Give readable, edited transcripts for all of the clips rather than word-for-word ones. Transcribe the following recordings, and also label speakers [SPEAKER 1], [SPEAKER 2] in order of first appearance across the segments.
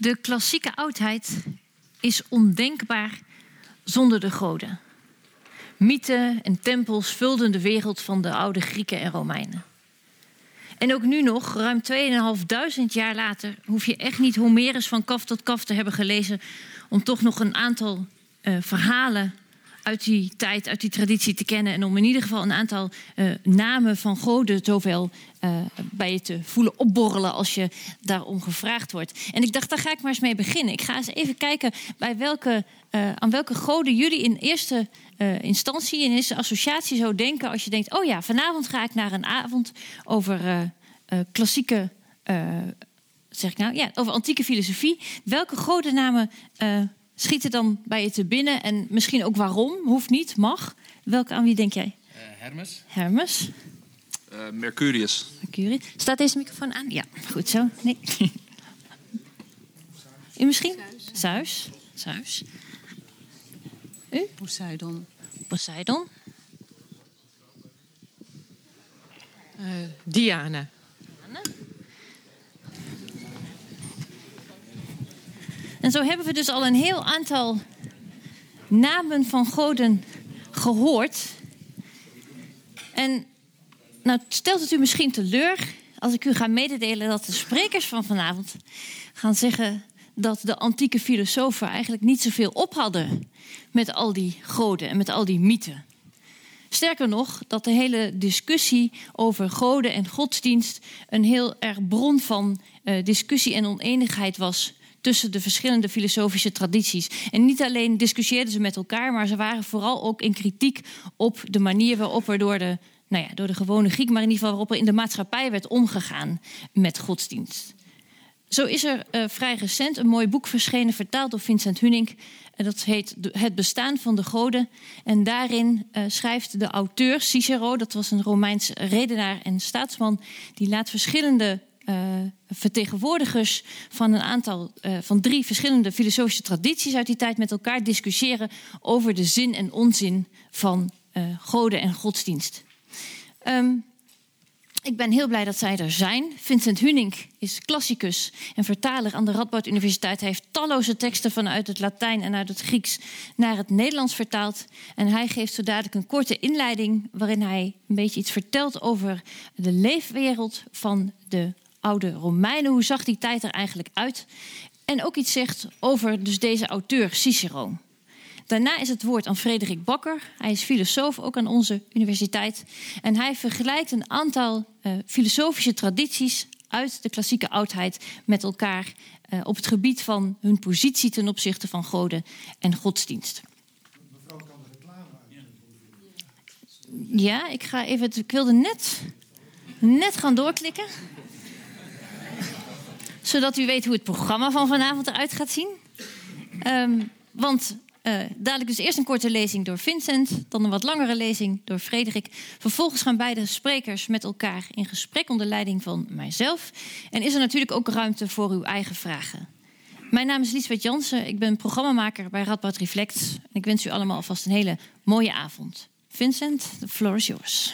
[SPEAKER 1] De klassieke oudheid is ondenkbaar zonder de goden. Mythen en tempels vulden de wereld van de oude Grieken en Romeinen. En ook nu nog, ruim 2500 jaar later, hoef je echt niet Homerus van kaf tot kaf te hebben gelezen om toch nog een aantal verhalen uit die tijd, uit die traditie te kennen. En om in ieder geval een aantal namen van goden zoveel bij je te voelen opborrelen als je daarom gevraagd wordt. En ik dacht, daar ga ik maar eens mee beginnen. Ik ga eens even kijken bij aan welke goden jullie in eerste instantie, in eerste associatie zo denken als je denkt, oh ja, vanavond ga ik naar een avond over klassieke, over antieke filosofie. Welke godennamen schieten dan bij je te binnen en misschien ook waarom? Hoeft niet, mag. Aan wie denk jij?
[SPEAKER 2] Hermes.
[SPEAKER 1] Hermes.
[SPEAKER 3] Mercurius.
[SPEAKER 1] Mercurius. Staat deze microfoon aan? Ja, goed zo. Nee. U misschien? Zeus. U? Poseidon.
[SPEAKER 4] Diana.
[SPEAKER 1] En zo hebben we dus al een heel aantal namen van goden gehoord. En nou stelt het u misschien teleur als ik u ga mededelen dat de sprekers van vanavond gaan zeggen dat de antieke filosofen eigenlijk niet zoveel op hadden met al die goden en met al die mythen. Sterker nog, dat de hele discussie over goden en godsdienst een heel erg bron van discussie en oneenigheid was tussen de verschillende filosofische tradities. En niet alleen discussieerden ze met elkaar, maar ze waren vooral ook in kritiek op de manier waarop er door de gewone Griek, maar in ieder geval waarop er in de maatschappij werd omgegaan met godsdienst. Zo is er vrij recent een mooi boek verschenen, vertaald door Vincent Hunink. En dat heet Het bestaan van de goden. En daarin schrijft de auteur Cicero, dat was een Romeins redenaar en staatsman, die laat verschillende vertegenwoordigers van een aantal van 3 verschillende filosofische tradities uit die tijd met elkaar discussiëren over de zin en onzin van goden en godsdienst. Ik ben heel blij dat zij er zijn. Vincent Hunink is klassicus en vertaler aan de Radboud Universiteit. Hij heeft talloze teksten vanuit het Latijn en uit het Grieks naar het Nederlands vertaald. En hij geeft zo dadelijk een korte inleiding waarin hij een beetje iets vertelt over de leefwereld van de oude Romeinen. Hoe zag die tijd er eigenlijk uit? En ook iets zegt over dus deze auteur Cicero. Daarna is het woord aan Frederik Bakker. Hij is filosoof, ook aan onze universiteit. En hij vergelijkt een aantal filosofische tradities uit de klassieke oudheid met elkaar op het gebied van hun positie ten opzichte van goden en godsdienst.
[SPEAKER 5] Mevrouw kan de reclame
[SPEAKER 1] Ja, ik wilde net gaan doorklikken. Zodat u weet hoe het programma van vanavond eruit gaat zien. Dadelijk dus eerst een korte lezing door Vincent, dan een wat langere lezing door Frederik. Vervolgens gaan beide sprekers met elkaar in gesprek onder leiding van mijzelf. En is er natuurlijk ook ruimte voor uw eigen vragen. Mijn naam is Liesbeth Jansen, ik ben programmamaker bij Radboud Reflect. En ik wens u allemaal alvast een hele mooie avond. Vincent, the floor is yours.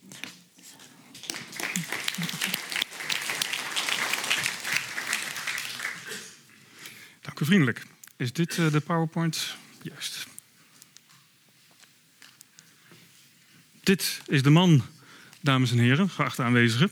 [SPEAKER 5] Dank u vriendelijk. Is dit de PowerPoint? Juist. Dit is de man, dames en heren, geachte aanwezigen.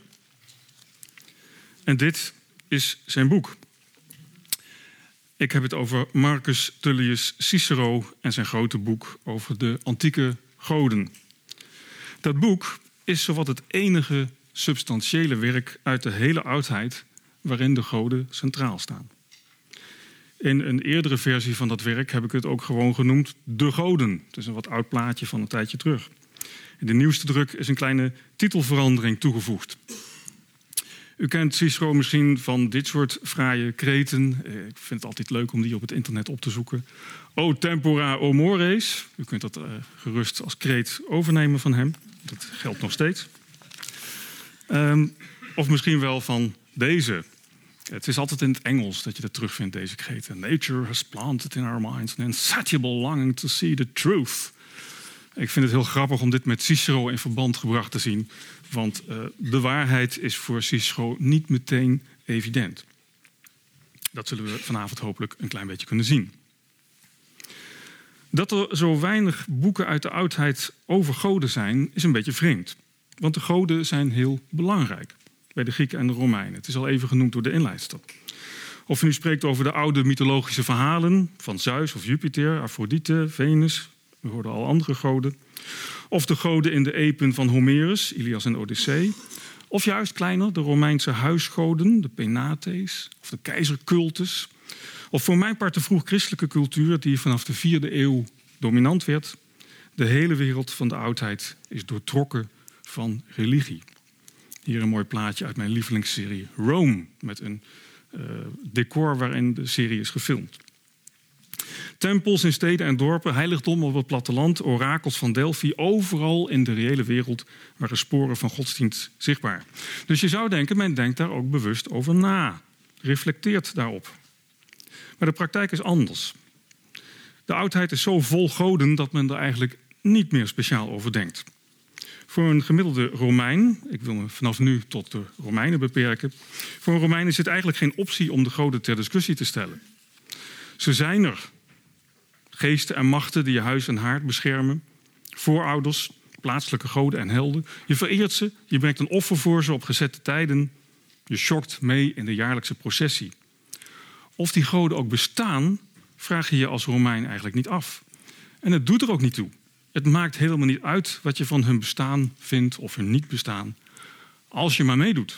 [SPEAKER 5] En dit is zijn boek. Ik heb het over Marcus Tullius Cicero en zijn grote boek over de antieke goden. Dat boek is zowat het enige substantiële werk uit de hele oudheid waarin de goden centraal staan. In een eerdere versie van dat werk heb ik het ook gewoon genoemd De Goden. Het is een wat oud plaatje van een tijdje terug. In de nieuwste druk is een kleine titelverandering toegevoegd. U kent Cicero misschien van dit soort fraaie kreten. Ik vind het altijd leuk om die op het internet op te zoeken. O tempora, o mores. U kunt dat gerust als kreet overnemen van hem. Dat geldt nog steeds. Of misschien wel van deze. Het is altijd in het Engels dat je dat terugvindt, deze kreten. Nature has planted in our minds an insatiable longing to see the truth. Ik vind het heel grappig om dit met Cicero in verband gebracht te zien. Want de waarheid is voor Cicero niet meteen evident. Dat zullen we vanavond hopelijk een klein beetje kunnen zien. Dat er zo weinig boeken uit de oudheid over goden zijn, is een beetje vreemd. Want de goden zijn heel belangrijk bij de Grieken en de Romeinen. Het is al even genoemd door de inleidster. Of je nu spreekt over de oude mythologische verhalen van Zeus of Jupiter, Afrodite, Venus. We hoorden al andere goden. Of de goden in de epen van Homerus, Ilias en Odyssee. Of juist kleiner, de Romeinse huisgoden, de Penates of de keizercultus. Of voor mijn part de vroeg-christelijke cultuur die vanaf de 4e eeuw dominant werd. De hele wereld van de oudheid is doortrokken van religie. Hier een mooi plaatje uit mijn lievelingsserie Rome, met een decor waarin de serie is gefilmd. Tempels in steden en dorpen, heiligdommen op het platteland, orakels van Delphi, overal in de reële wereld waren sporen van godsdienst zichtbaar. Dus je zou denken, men denkt daar ook bewust over na, reflecteert daarop. Maar de praktijk is anders. De oudheid is zo vol goden dat men er eigenlijk niet meer speciaal over denkt. Voor een gemiddelde Romein, ik wil me vanaf nu tot de Romeinen beperken. Voor een Romein is het eigenlijk geen optie om de goden ter discussie te stellen. Ze zijn er. Geesten en machten die je huis en haard beschermen. Voorouders, plaatselijke goden en helden. Je vereert ze, je brengt een offer voor ze op gezette tijden. Je schokt mee in de jaarlijkse processie. Of die goden ook bestaan, vraag je je als Romein eigenlijk niet af. En het doet er ook niet toe. Het maakt helemaal niet uit wat je van hun bestaan vindt of hun niet bestaan, als je maar meedoet.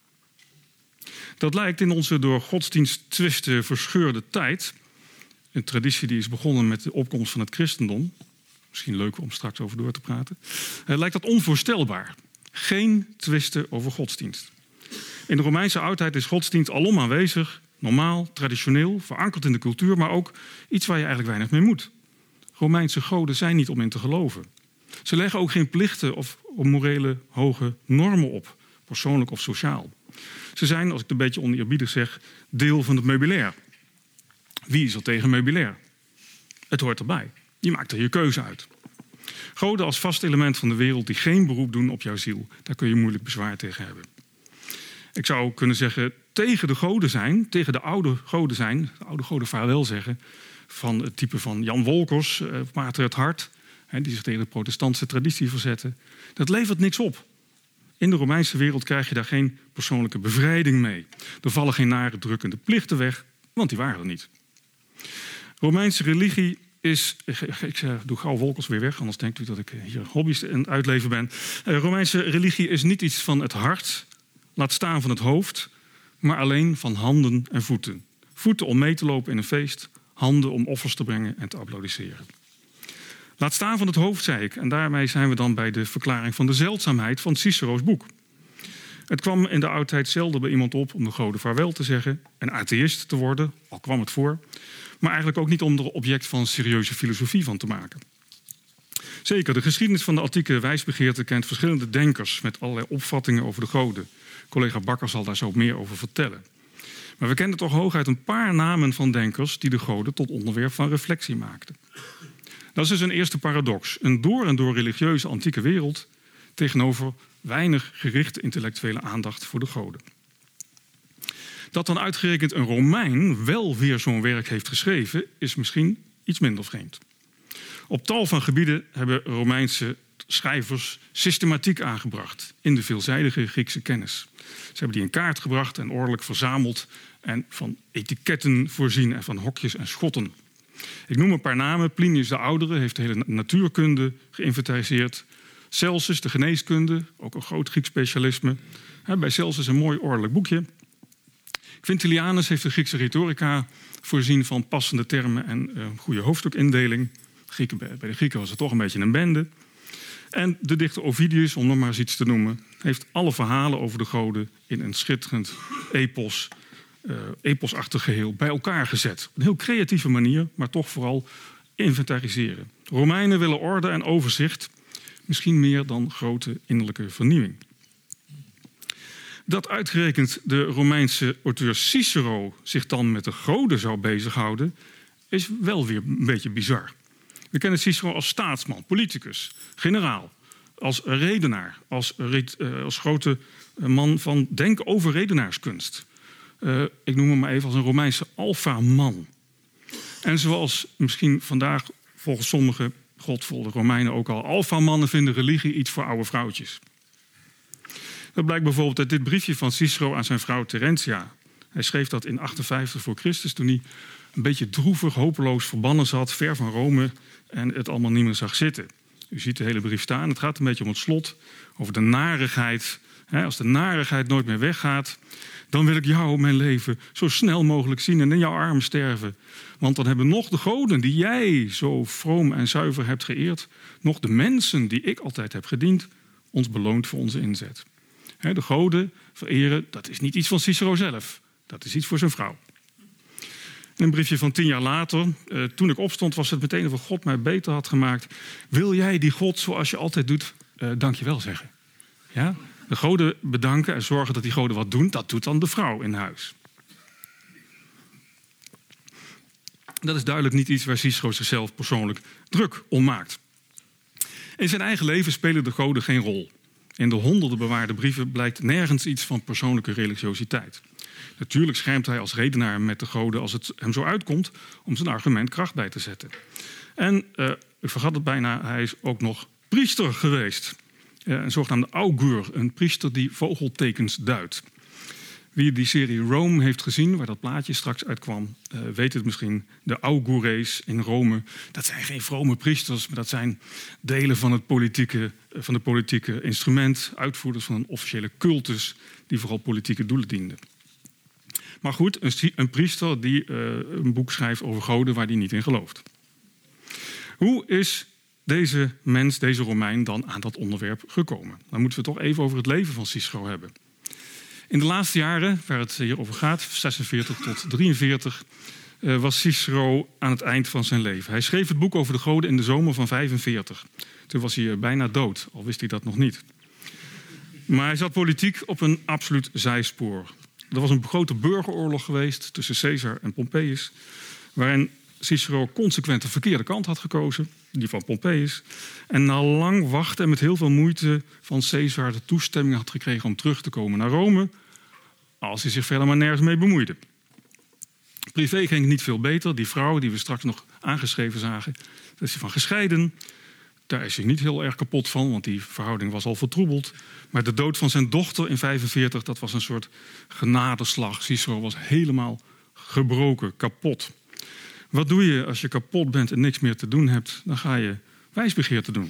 [SPEAKER 5] Dat lijkt in onze door godsdiensttwisten verscheurde tijd, een traditie die is begonnen met de opkomst van het christendom, misschien leuk om straks over door te praten, lijkt dat onvoorstelbaar. Geen twisten over godsdienst. In de Romeinse oudheid is godsdienst alom aanwezig, normaal, traditioneel, verankerd in de cultuur, maar ook iets waar je eigenlijk weinig mee moet. Romeinse goden zijn niet om in te geloven. Ze leggen ook geen plichten of morele hoge normen op, persoonlijk of sociaal. Ze zijn, als ik het een beetje oneerbiedig zeg, deel van het meubilair. Wie is er tegen meubilair? Het hoort erbij. Je maakt er je keuze uit. Goden als vast element van de wereld die geen beroep doen op jouw ziel, daar kun je moeilijk bezwaar tegen hebben. Ik zou kunnen zeggen, tegen de goden zijn, tegen de oude goden zijn, de oude goden vaarwel zeggen, van het type van Jan Wolkers, Pater het Hart, die zich tegen de protestantse traditie verzetten. Dat levert niks op. In de Romeinse wereld krijg je daar geen persoonlijke bevrijding mee. Er vallen geen nare drukkende plichten weg, want die waren er niet. Romeinse religie is... Ik doe gauw Wolkers weer weg, anders denkt u dat ik hier hobby's aan het uitleven ben. Romeinse religie is niet iets van het hart, laat staan van het hoofd, maar alleen van handen en voeten. Voeten om mee te lopen in een feest, handen om offers te brengen en te applaudisseren. Laat staan van het hoofd, zei ik. En daarmee zijn we dan bij de verklaring van de zeldzaamheid van Cicero's boek. Het kwam in de oudheid zelden bij iemand op om de goden vaarwel te zeggen, een atheïst te worden, al kwam het voor, maar eigenlijk ook niet om er object van serieuze filosofie van te maken. Zeker, de geschiedenis van de antieke wijsbegeerte kent verschillende denkers met allerlei opvattingen over de goden. Collega Bakker zal daar zo meer over vertellen. Maar we kennen toch hooguit een paar namen van denkers die de goden tot onderwerp van reflectie maakten. Dat is dus een eerste paradox. Een door en door religieuze antieke wereld tegenover weinig gerichte intellectuele aandacht voor de goden. Dat dan uitgerekend een Romein wel weer zo'n werk heeft geschreven, is misschien iets minder vreemd. Op tal van gebieden hebben Romeinse schrijvers systematiek aangebracht in de veelzijdige Griekse kennis. Ze hebben die in kaart gebracht en ordelijk verzameld en van etiketten voorzien en van hokjes en schotten. Ik noem een paar namen. Plinius de Oudere heeft de hele natuurkunde geïnventariseerd. Celsus, de geneeskunde, ook een groot Grieks specialisme. Bij Celsus een mooi ordelijk boekje. Quintilianus heeft de Griekse retorica voorzien van passende termen en goede hoofdstukindeling. Bij de Grieken was het toch een beetje een bende. En de dichter Ovidius, om nog maar eens iets te noemen, heeft alle verhalen over de goden in een schitterend eposachtig geheel bij elkaar gezet. Op een heel creatieve manier, maar toch vooral inventariseren. Romeinen willen orde en overzicht, misschien meer dan grote innerlijke vernieuwing. Dat uitgerekend de Romeinse auteur Cicero zich dan met de goden zou bezighouden, is wel weer een beetje bizar. We kennen Cicero als staatsman, politicus, generaal, als redenaar, als grote man van denken over redenaarskunst. ik noem hem maar even als een Romeinse alfaman. En zoals misschien vandaag volgens sommige godvolle Romeinen ook al, alfamannen vinden religie iets voor oude vrouwtjes. Dat blijkt bijvoorbeeld uit dit briefje van Cicero aan zijn vrouw Terentia. Hij schreef dat in 58 voor Christus, toen hij een beetje droevig, hopeloos verbannen zat, ver van Rome en het allemaal niet meer zag zitten. U ziet de hele brief staan. Het gaat een beetje om het slot, over de narigheid. Als de narigheid nooit meer weggaat, dan wil ik jou, mijn leven, zo snel mogelijk zien en in jouw armen sterven. Want dan hebben nog de goden die jij zo vroom en zuiver hebt geëerd, nog de mensen die ik altijd heb gediend, ons beloond voor onze inzet. De goden vereren, dat is niet iets van Cicero zelf. Dat is iets voor zijn vrouw. Een briefje van 10 jaar later. Toen ik opstond was het meteen of God mij beter had gemaakt. Wil jij die God zoals je altijd doet, dankjewel zeggen? Ja? De goden bedanken en zorgen dat die goden wat doen. Dat doet dan de vrouw in huis. Dat is duidelijk niet iets waar Cicero zichzelf persoonlijk druk om maakt. In zijn eigen leven spelen de goden geen rol. In de honderden bewaarde brieven blijkt nergens iets van persoonlijke religiositeit. Natuurlijk schermt hij als redenaar met de goden als het hem zo uitkomt om zijn argument kracht bij te zetten. En, ik vergat het bijna, hij is ook nog priester geweest. Een zogenaamde augur, een priester die vogeltekens duidt. Wie die serie Rome heeft gezien, waar dat plaatje straks uitkwam, weet het misschien. De augures in Rome, dat zijn geen vrome priesters, maar dat zijn delen van het politieke instrument, uitvoerders van een officiële cultus die vooral politieke doelen dienden. Maar goed, een priester die een boek schrijft over goden waar hij niet in gelooft. Hoe is deze mens, deze Romein, dan aan dat onderwerp gekomen? Dan moeten we het toch even over het leven van Cicero hebben. In de laatste jaren, waar het hier over gaat, 46 tot 43, was Cicero aan het eind van zijn leven. Hij schreef het boek over de goden in de zomer van 45. Toen was hij bijna dood, al wist hij dat nog niet. Maar hij zat politiek op een absoluut zijspoor. Er was een grote burgeroorlog geweest tussen Caesar en Pompeius, waarin Cicero consequent de verkeerde kant had gekozen, die van Pompeius. En na lang wachten en met heel veel moeite van Caesar de toestemming had gekregen om terug te komen naar Rome, als hij zich verder maar nergens mee bemoeide. Privé ging het niet veel beter. Die vrouw die we straks nog aangeschreven zagen, daar is hij van gescheiden. Daar is hij niet heel erg kapot van, want die verhouding was al vertroebeld. Maar de dood van zijn dochter in 45, dat was een soort genadeslag. Cicero was helemaal gebroken, kapot. Wat doe je als je kapot bent en niks meer te doen hebt? Dan ga je wijsbegeerte doen.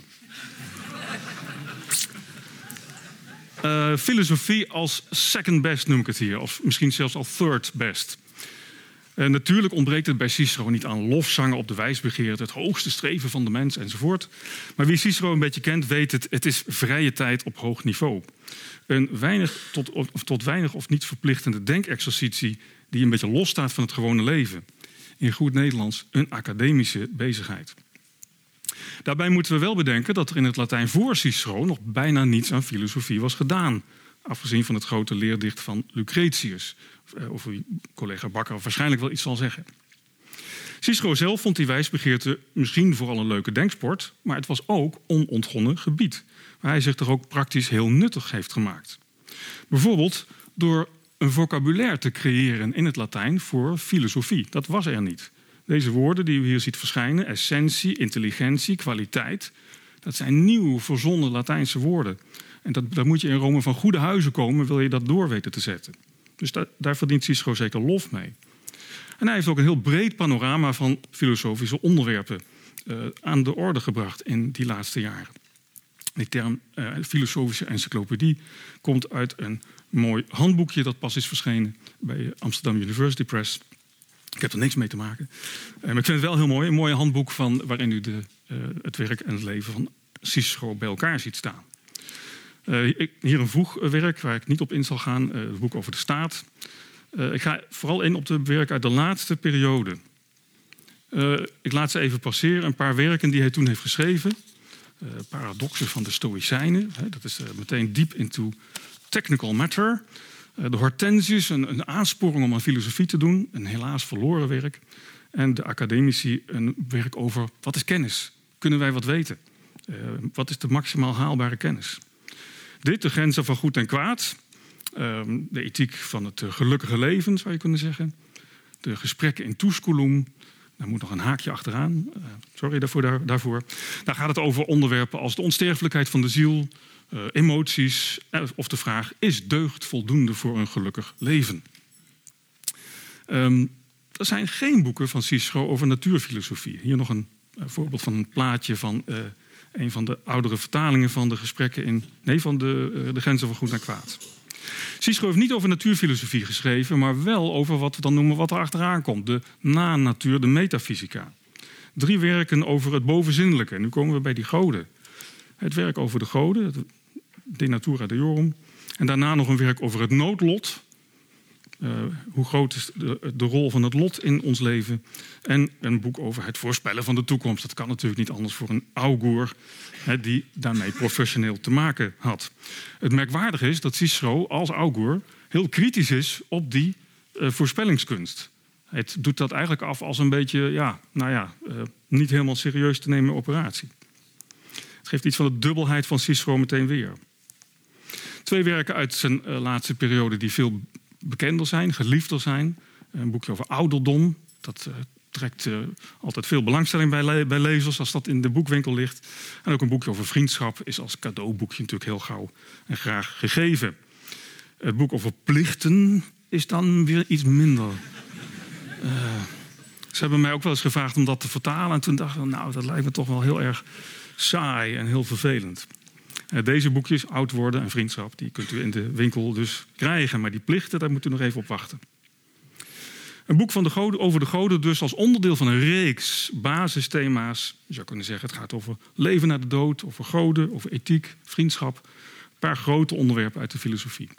[SPEAKER 5] Filosofie als second best noem ik het hier. Of misschien zelfs al third best. Natuurlijk ontbreekt het bij Cicero niet aan lofzangen op de wijsbegeerte, het hoogste streven van de mens enzovoort. Maar wie Cicero een beetje kent, weet het is vrije tijd op hoog niveau. Een tot weinig of niet verplichtende denkexercitie die een beetje losstaat van het gewone leven. In goed Nederlands een academische bezigheid. Daarbij moeten we wel bedenken dat er in het Latijn voor Cicero nog bijna niets aan filosofie was gedaan. Afgezien van het grote leerdicht van Lucretius. Over wie collega Bakker waarschijnlijk wel iets zal zeggen. Cicero zelf vond die wijsbegeerte misschien vooral een leuke denksport, maar het was ook onontgonnen gebied, waar hij zich toch ook praktisch heel nuttig heeft gemaakt. Bijvoorbeeld door een vocabulaire te creëren in het Latijn voor filosofie. Dat was er niet. Deze woorden die u hier ziet verschijnen, essentie, intelligentie, kwaliteit, dat zijn nieuw verzonnen Latijnse woorden. En daar moet je in Rome van goede huizen komen, wil je dat door weten te zetten. Dus daar verdient Cicero zeker lof mee. En hij heeft ook een heel breed panorama van filosofische onderwerpen aan de orde gebracht in die laatste jaren. Die term filosofische encyclopedie komt uit een mooi handboekje dat pas is verschenen bij Amsterdam University Press. Ik heb er niks mee te maken. Maar ik vind het wel heel mooi. Een mooi handboek waarin u het werk en het leven van Cicero bij elkaar ziet staan. Hier een voegwerk waar ik niet op in zal gaan. Het boek over de staat. Ik ga vooral in op de werken uit de laatste periode. Ik laat ze even passeren. Een paar werken die hij toen heeft geschreven. Paradoxen van de Stoïcijnen. Dat is meteen diep into technical matter. De Hortensius, een aansporing om aan filosofie te doen. Een helaas verloren werk. En de Academici, een werk over wat is kennis? Kunnen wij wat weten? Wat is de maximaal haalbare kennis? Dit, de grenzen van goed en kwaad. De ethiek van het gelukkige leven, zou je kunnen zeggen. De gesprekken in Tusculum. Daar moet nog een haakje achteraan. Sorry daarvoor. Daar gaat het over onderwerpen als de onsterfelijkheid van de ziel, emoties of de vraag: is deugd voldoende voor een gelukkig leven? Er zijn geen boeken van Cicero over natuurfilosofie. Hier nog een voorbeeld van een plaatje van een van de oudere vertalingen van de gesprekken van de grenzen van goed en kwaad. Cicero heeft niet over natuurfilosofie geschreven, maar wel over wat we dan noemen wat er achteraan komt. De na-natuur, de metafysica. 3 werken over het bovenzinnelijke. Nu komen we bij die goden. Het werk over de goden, De Natura Deorum. En daarna nog een werk over het noodlot. Hoe groot is de rol van het lot in ons leven? En een boek over het voorspellen van de toekomst. Dat kan natuurlijk niet anders voor een augur die daarmee professioneel te maken had. Het merkwaardige is dat Cicero als augur heel kritisch is op die voorspellingskunst. Het doet dat eigenlijk af als een beetje, niet helemaal serieus te nemen operatie. Het geeft iets van de dubbelheid van Cicero meteen weer. 2 werken uit zijn laatste periode die veel bekender zijn, geliefder zijn. Een boekje over ouderdom. Dat trekt altijd veel belangstelling bij lezers als dat in de boekwinkel ligt. En ook een boekje over vriendschap is als cadeauboekje natuurlijk heel gauw en graag gegeven. Het boek over plichten is dan weer iets minder. Ze hebben mij ook wel eens gevraagd om dat te vertalen. En toen dacht ik, dat lijkt me toch wel heel erg saai en heel vervelend. Deze boekjes, Oud worden en Vriendschap, die kunt u in de winkel dus krijgen. Maar die plichten, daar moet u nog even op wachten. Een boek van de goden, over de goden dus als onderdeel van een reeks basisthema's. Je zou kunnen zeggen, het gaat over leven na de dood, over goden, over ethiek, vriendschap. Een paar grote onderwerpen uit de filosofie.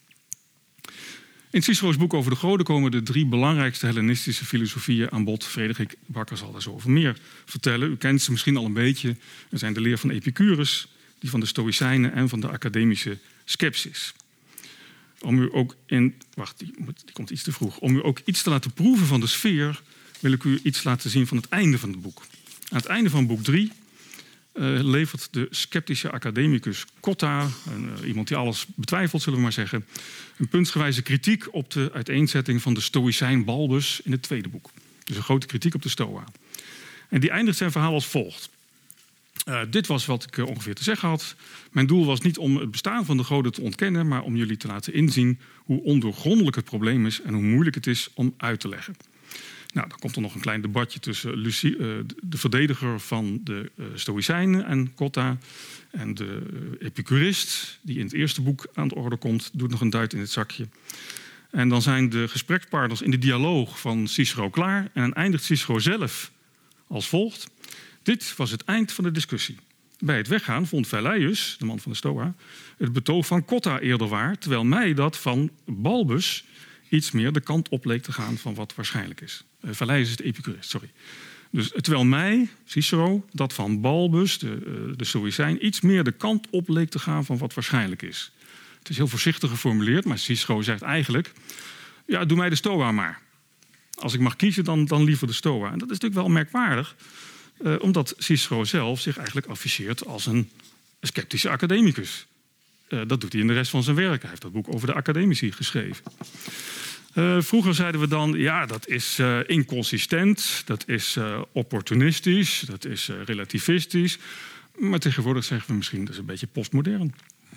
[SPEAKER 5] In Cicero's boek over de goden komen de 3 belangrijkste Hellenistische filosofieën aan bod. Frederik Bakker zal daar zo over meer vertellen. U kent ze misschien al een beetje. Er zijn de leer van Epicurus, die van de Stoïcijnen en van de academische Skepsis. Om u ook die komt iets te vroeg. Om u ook iets te laten proeven van de sfeer, wil ik u iets laten zien van het einde van het boek. Aan het einde van boek 3 levert de sceptische academicus Cotta, iemand die alles betwijfelt, zullen we maar zeggen, een puntsgewijze kritiek op de uiteenzetting van de Stoïcijn Balbus in het 2e boek. Dus een grote kritiek op de Stoa. En die eindigt zijn verhaal als volgt. Dit was wat ik ongeveer te zeggen had. Mijn doel was niet om het bestaan van de goden te ontkennen, maar om jullie te laten inzien hoe ondoorgrondelijk het probleem is en hoe moeilijk het is om uit te leggen. Nou, dan komt er nog een klein debatje tussen de verdediger van de Stoïcijnen en Cotta en de Epicurist, die in het eerste boek aan de orde komt, doet nog een duit in het zakje. En dan zijn de gesprekspartners in de dialoog van Cicero klaar en dan eindigt Cicero zelf als volgt. Dit was het eind van de discussie. Bij het weggaan vond Velleius, de man van de Stoa, het betoog van Cotta eerder waar, terwijl mij dat van Balbus iets meer de kant op leek te gaan van wat waarschijnlijk is. Velleius is de Epicurist, sorry. Dus terwijl mij, Cicero, dat van Balbus, de Stoïcijn, iets meer de kant op leek te gaan van wat waarschijnlijk is. Het is heel voorzichtig geformuleerd, maar Cicero zegt eigenlijk, ja, doe mij de Stoa maar. Als ik mag kiezen, dan liever de Stoa. En dat is natuurlijk wel merkwaardig, omdat Cicero zelf zich eigenlijk afficheert als een sceptische academicus. Dat doet hij in de rest van zijn werk. Hij heeft dat boek over de academici geschreven. Vroeger zeiden we dan, ja, dat is inconsistent, dat is opportunistisch, dat is relativistisch. Maar tegenwoordig zeggen we misschien, dat is een beetje postmodern.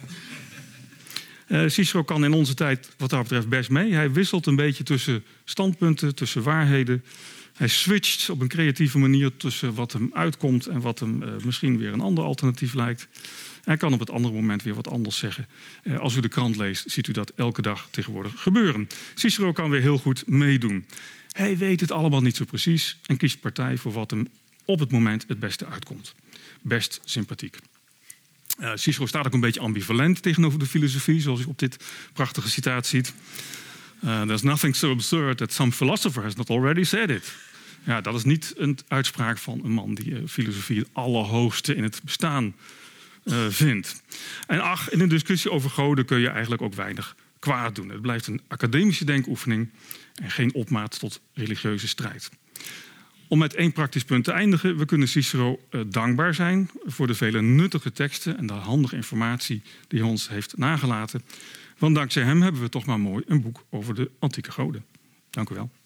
[SPEAKER 5] Cicero kan in onze tijd wat dat betreft best mee. Hij wisselt een beetje tussen standpunten, tussen waarheden. Hij switcht op een creatieve manier tussen wat hem uitkomt en wat hem misschien weer een ander alternatief lijkt. Hij kan op het andere moment weer wat anders zeggen. Als u de krant leest, ziet u dat elke dag tegenwoordig gebeuren. Cicero kan weer heel goed meedoen. Hij weet het allemaal niet zo precies en kiest partij voor wat hem op het moment het beste uitkomt. Best sympathiek. Cicero staat ook een beetje ambivalent tegenover de filosofie, zoals u op dit prachtige citaat ziet. There's nothing so absurd that some philosopher has not already said it. Ja, dat is niet een uitspraak van een man die filosofie het allerhoogste in het bestaan vindt. En ach, in een discussie over goden kun je eigenlijk ook weinig kwaad doen. Het blijft een academische denkoefening en geen opmaat tot religieuze strijd. Om met 1 praktisch punt te eindigen. We kunnen Cicero dankbaar zijn voor de vele nuttige teksten en de handige informatie die hij ons heeft nagelaten. Want dankzij hem hebben we toch maar mooi een boek over de antieke goden. Dank u wel.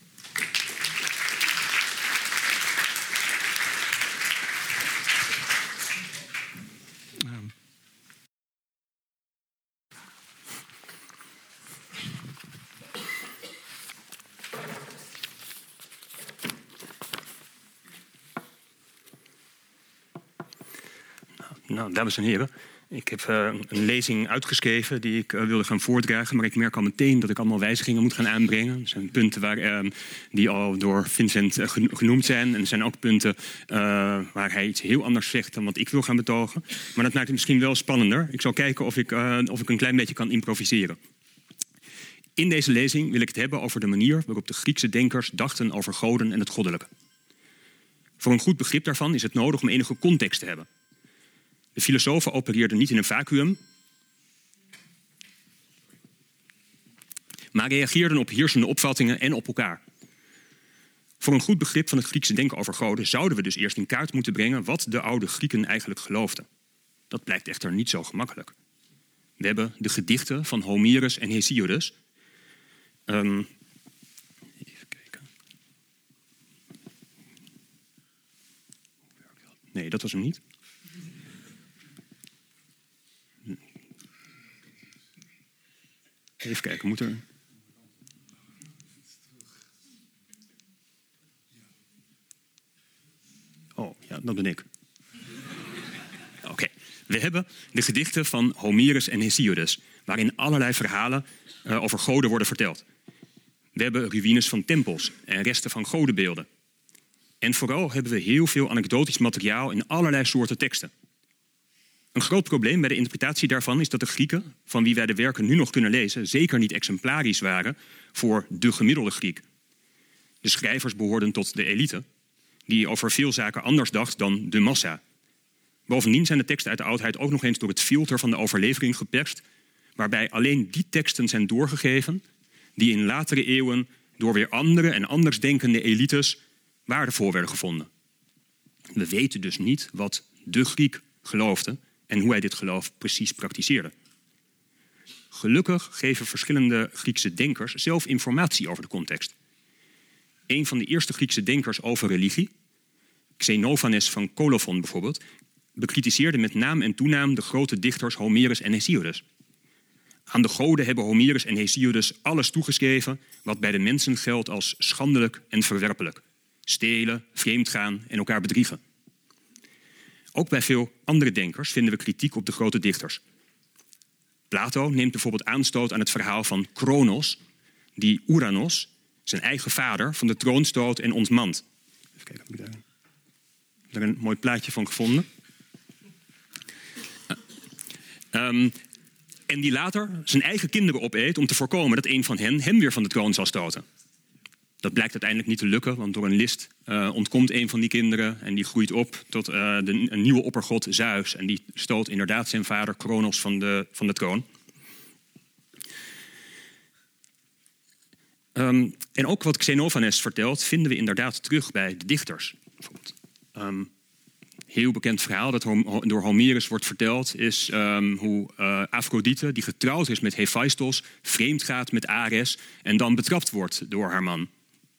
[SPEAKER 2] Nou, dames en heren, ik heb een lezing uitgeschreven die ik wilde gaan voordragen. Maar ik merk al meteen dat ik allemaal wijzigingen moet gaan aanbrengen. Er zijn punten die al door Vincent genoemd zijn. En er zijn ook punten waar hij iets heel anders zegt dan wat ik wil gaan betogen. Maar dat maakt het misschien wel spannender. Ik zal kijken of ik een klein beetje kan improviseren. In deze lezing wil ik het hebben over de manier waarop de Griekse denkers dachten over goden en het goddelijke. Voor een goed begrip daarvan is het nodig om enige context te hebben. De filosofen opereerden niet in een vacuüm, maar reageerden op heersende opvattingen en op elkaar. Voor een goed begrip van het Griekse denken over goden zouden we dus eerst in kaart moeten brengen wat de oude Grieken eigenlijk geloofden. Dat blijkt echter niet zo gemakkelijk. We hebben de gedichten van Homerus en Hesiodus. Even kijken. Nee, dat was hem niet. Even kijken, moet er... Oh, ja, dat ben ik. Oké. We hebben de gedichten van Homerus en Hesiodus, waarin allerlei verhalen over goden worden verteld. We hebben ruïnes van tempels en resten van godenbeelden. En vooral hebben we heel veel anekdotisch materiaal in allerlei soorten teksten. Een groot probleem bij de interpretatie daarvan is dat de Grieken, van wie wij de werken nu nog kunnen lezen, zeker niet exemplarisch waren voor de gemiddelde Griek. De schrijvers behoorden tot de elite, die over veel zaken anders dacht dan de massa. Bovendien zijn de teksten uit de oudheid ook nog eens door het filter van de overlevering geperst, waarbij alleen die teksten zijn doorgegeven die in latere eeuwen door weer andere en andersdenkende elites waardevol werden gevonden. We weten dus niet wat de Griek geloofde en hoe hij dit geloof precies praktiseerde. Gelukkig geven verschillende Griekse denkers zelf informatie over de context. Een van de eerste Griekse denkers over religie, Xenophanes van Colophon bijvoorbeeld, bekritiseerde met naam en toenaam de grote dichters Homerus en Hesiodus. Aan de goden hebben Homerus en Hesiodus alles toegeschreven wat bij de mensen geldt als schandelijk en verwerpelijk. Stelen, vreemdgaan en elkaar bedriegen. Ook bij veel andere denkers vinden we kritiek op de grote dichters. Plato neemt bijvoorbeeld aanstoot aan het verhaal van Kronos, die Uranos, zijn eigen vader, van de troon stoot en ontmant. Even kijken, heb ik daar een mooi plaatje van gevonden. En die later zijn eigen kinderen opeet om te voorkomen dat een van hen hem weer van de troon zal stoten. Dat blijkt uiteindelijk niet te lukken, want door een list ontkomt een van die kinderen en die groeit op tot een nieuwe oppergod Zeus. En die stoot inderdaad zijn vader Kronos van de troon. En ook wat Xenophanes vertelt vinden we inderdaad terug bij de dichters. Bijvoorbeeld. Heel bekend verhaal dat door Homerus wordt verteld is hoe Afrodite, die getrouwd is met Hephaistos, vreemd gaat met Ares en dan betrapt wordt door haar man.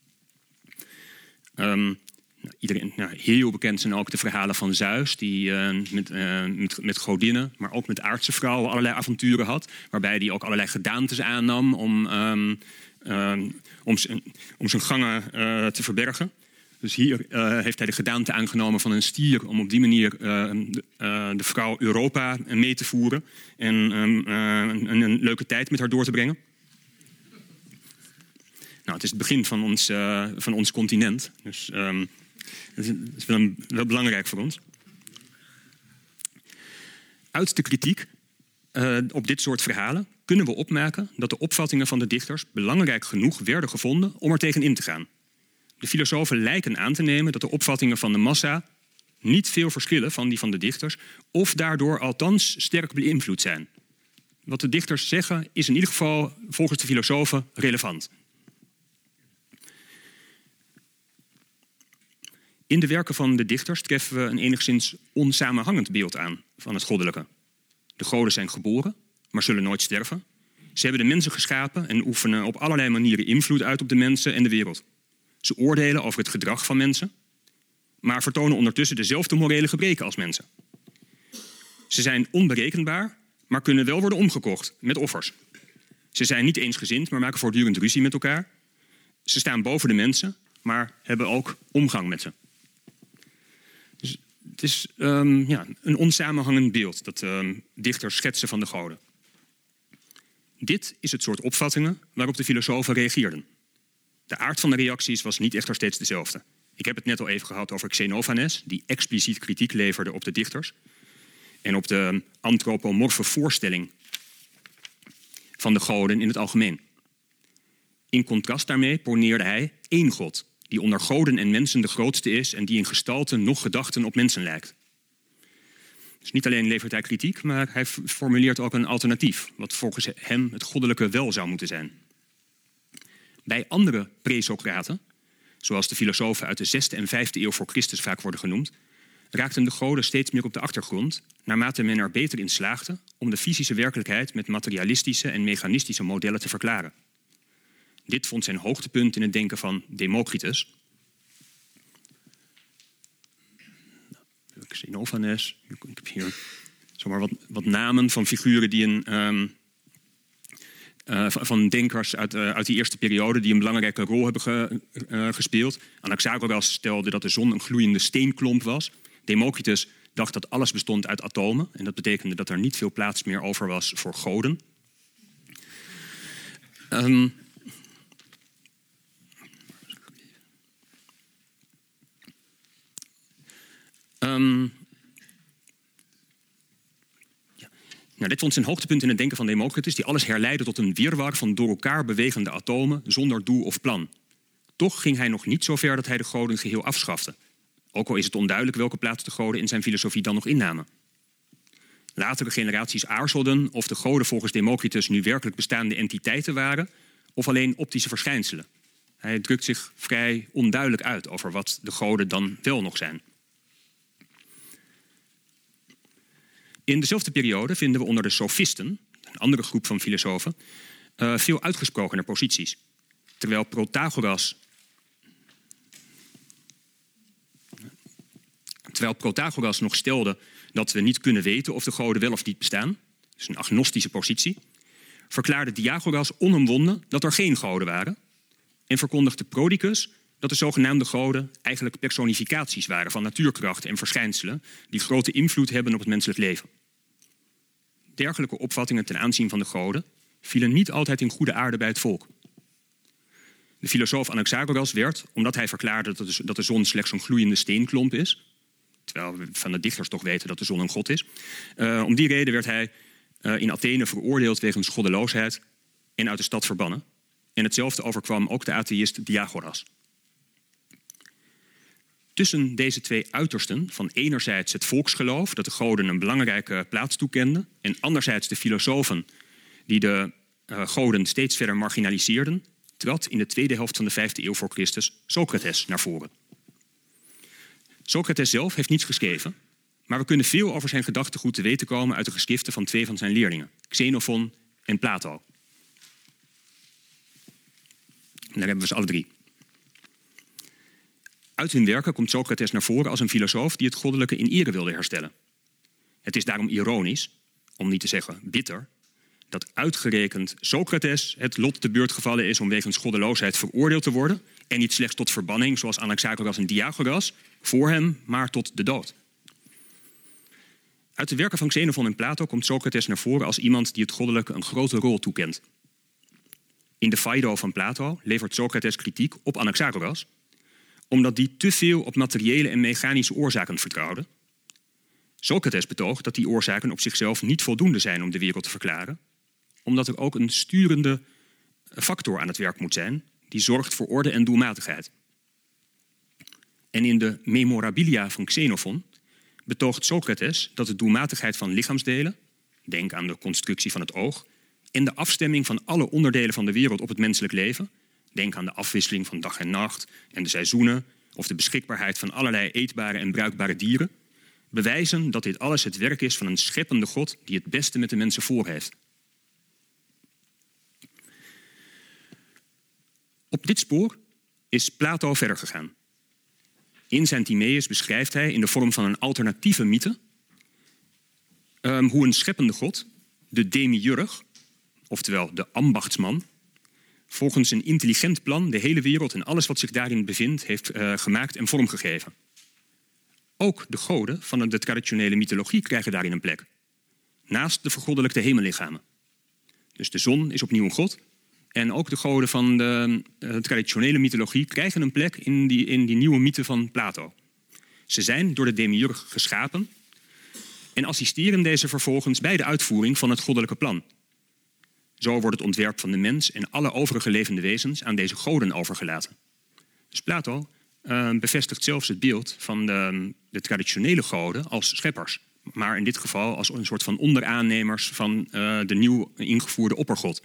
[SPEAKER 2] Heel bekend zijn ook de verhalen van Zeus, die met godinnen, maar ook met aardse vrouwen allerlei avonturen had, waarbij hij ook allerlei gedaantes aannam om zijn gangen te verbergen. Dus hier heeft hij de gedaante aangenomen van een stier om op die manier de vrouw Europa mee te voeren en een leuke tijd met haar door te brengen. Nou, het is het begin van ons continent, dus dat is wel belangrijk voor ons. Uit de kritiek op dit soort verhalen kunnen we opmaken dat de opvattingen van de dichters belangrijk genoeg werden gevonden om er tegen in te gaan. De filosofen lijken aan te nemen dat de opvattingen van de massa niet veel verschillen van die van de dichters, of daardoor althans sterk beïnvloed zijn. Wat de dichters zeggen is in ieder geval volgens de filosofen relevant. In de werken van de dichters treffen we een enigszins onsamenhangend beeld aan van het goddelijke. De goden zijn geboren, maar zullen nooit sterven. Ze hebben de mensen geschapen en oefenen op allerlei manieren invloed uit op de mensen en de wereld. Ze oordelen over het gedrag van mensen, maar vertonen ondertussen dezelfde morele gebreken als mensen. Ze zijn onberekenbaar, maar kunnen wel worden omgekocht met offers. Ze zijn niet eensgezind, maar maken voortdurend ruzie met elkaar. Ze staan boven de mensen, maar hebben ook omgang met ze. Dus het is een onsamenhangend beeld dat dichters schetsen van de goden. Dit is het soort opvattingen waarop de filosofen reageerden. De aard van de reacties was niet echter steeds dezelfde. Ik heb het net al even gehad over Xenophanes, die expliciet kritiek leverde op de dichters en op de antropomorfe voorstelling van de goden in het algemeen. In contrast daarmee poneerde hij één God, die onder goden en mensen de grootste is en die in gestalte nog gedachten op mensen lijkt. Dus niet alleen levert hij kritiek, maar hij formuleert ook een alternatief, wat volgens hem het goddelijke wel zou moeten zijn. Bij andere pre-Socraten, zoals de filosofen uit de 6e en 5e eeuw voor Christus vaak worden genoemd, raakten de goden steeds meer op de achtergrond, naarmate men er beter in slaagde om de fysische werkelijkheid met materialistische en mechanistische modellen te verklaren. Dit vond zijn hoogtepunt in het denken van Democritus. Xenophanes. Ik heb hier zomaar wat namen van figuren die van denkers uit die eerste periode die een belangrijke rol hebben gespeeld. Anaxagoras stelde dat de zon een gloeiende steenklomp was. Democritus dacht dat alles bestond uit atomen. En dat betekende dat er niet veel plaats meer over was voor goden. Dit vond zijn hoogtepunt in het denken van Democritus, die alles herleidde tot een wirwar van door elkaar bewegende atomen zonder doel of plan. Toch ging hij nog niet zo ver dat hij de goden geheel afschafte. Ook al is het onduidelijk welke plaats de goden in zijn filosofie dan nog innamen. Latere generaties aarzelden of de goden volgens Democritus nu werkelijk bestaande entiteiten waren of alleen optische verschijnselen. Hij drukt zich vrij onduidelijk uit over wat de goden dan wel nog zijn. In dezelfde periode vinden we onder de sofisten, een andere groep van filosofen, veel uitgesprokener posities. Terwijl Protagoras nog stelde dat we niet kunnen weten of de goden wel of niet bestaan, dus een agnostische positie, verklaarde Diagoras onomwonden dat er geen goden waren en verkondigde Prodicus dat de zogenaamde goden eigenlijk personificaties waren van natuurkrachten en verschijnselen die grote invloed hebben op het menselijk leven. Dergelijke opvattingen ten aanzien van de goden vielen niet altijd in goede aarde bij het volk. De filosoof Anaxagoras werd, omdat hij verklaarde dat de zon slechts een gloeiende steenklomp is, terwijl we van de dichters toch weten dat de zon een god is, om die reden werd hij in Athene veroordeeld wegens goddeloosheid en uit de stad verbannen. En hetzelfde overkwam ook de atheïst Diagoras. Tussen deze twee uitersten, van enerzijds het volksgeloof dat de goden een belangrijke plaats toekenden en anderzijds de filosofen die de goden steeds verder marginaliseerden, trad in de tweede helft van de 5e eeuw voor Christus Socrates naar voren. Socrates zelf heeft niets geschreven, maar we kunnen veel over zijn gedachtegoed te weten komen uit de geschriften van twee van zijn leerlingen, Xenophon en Plato. En daar hebben we ze alle drie. Uit hun werken komt Socrates naar voren als een filosoof die het goddelijke in ere wilde herstellen. Het is daarom ironisch, om niet te zeggen bitter, dat uitgerekend Socrates het lot te beurt gevallen is om wegens goddeloosheid veroordeeld te worden en niet slechts tot verbanning zoals Anaxagoras en Diagoras, voor hem maar tot de dood. Uit de werken van Xenophon en Plato komt Socrates naar voren als iemand die het goddelijke een grote rol toekent. In de Phaedo van Plato levert Socrates kritiek op Anaxagoras, omdat die te veel op materiële en mechanische oorzaken vertrouwde. Socrates betoogt dat die oorzaken op zichzelf niet voldoende zijn om de wereld te verklaren, omdat er ook een sturende factor aan het werk moet zijn die zorgt voor orde en doelmatigheid. En in de Memorabilia van Xenophon betoogt Socrates dat de doelmatigheid van lichaamsdelen, denk aan de constructie van het oog, en de afstemming van alle onderdelen van de wereld op het menselijk leven, denk aan de afwisseling van dag en nacht en de seizoenen of de beschikbaarheid van allerlei eetbare en bruikbare dieren, bewijzen dat dit alles het werk is van een scheppende God die het beste met de mensen voor heeft. Op dit spoor is Plato verder gegaan. In zijn Timaeus beschrijft hij in de vorm van een alternatieve mythe hoe een scheppende God, de demiurg, oftewel de ambachtsman, volgens een intelligent plan de hele wereld en alles wat zich daarin bevindt heeft gemaakt en vormgegeven. Ook de goden van de traditionele mythologie krijgen daarin een plek. Naast de vergoddelijkte hemellichamen. Dus de zon is opnieuw een god. En ook de goden van de traditionele mythologie krijgen een plek in die nieuwe mythe van Plato. Ze zijn door de demiurg geschapen en assisteren deze vervolgens bij de uitvoering van het goddelijke plan. Zo wordt het ontwerp van de mens en alle overige levende wezens aan deze goden overgelaten. Dus Plato bevestigt zelfs het beeld van de traditionele goden als scheppers. Maar in dit geval als een soort van onderaannemers van de nieuw ingevoerde oppergod.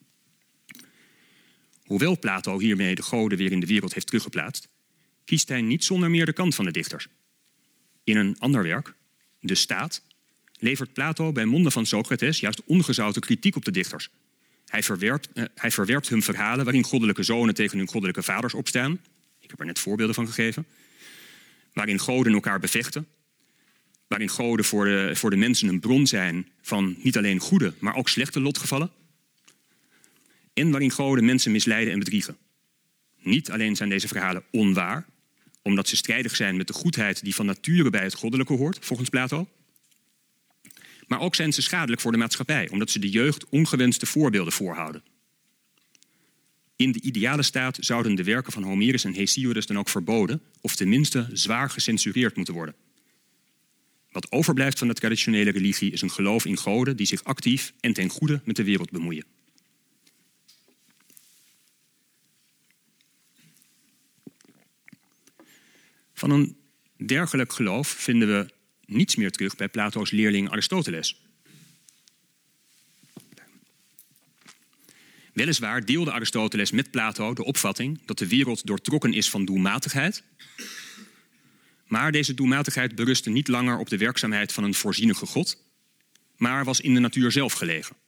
[SPEAKER 2] Hoewel Plato hiermee de goden weer in de wereld heeft teruggeplaatst, kiest hij niet zonder meer de kant van de dichters. In een ander werk, De Staat, levert Plato bij monden van Socrates juist ongezouten kritiek op de dichters. Hij verwerpt hun verhalen waarin goddelijke zonen tegen hun goddelijke vaders opstaan. Ik heb er net voorbeelden van gegeven. Waarin goden elkaar bevechten. Waarin goden voor de mensen een bron zijn van niet alleen goede, maar ook slechte lotgevallen. En waarin goden mensen misleiden en bedriegen. Niet alleen zijn deze verhalen onwaar, omdat ze strijdig zijn met de goedheid die van nature bij het goddelijke hoort, volgens Plato. Maar ook zijn ze schadelijk voor de maatschappij, omdat ze de jeugd ongewenste voorbeelden voorhouden. In de ideale staat zouden de werken van Homerus en Hesiodus dan ook verboden, of tenminste zwaar gecensureerd moeten worden. Wat overblijft van de traditionele religie is een geloof in goden die zich actief en ten goede met de wereld bemoeien. Van een dergelijk geloof vinden we niets meer terug bij Plato's leerling Aristoteles. Weliswaar deelde Aristoteles met Plato de opvatting dat de wereld doortrokken is van doelmatigheid. Maar deze doelmatigheid berustte niet langer op de werkzaamheid van een voorzienige God, maar was in de natuur zelf gelegen.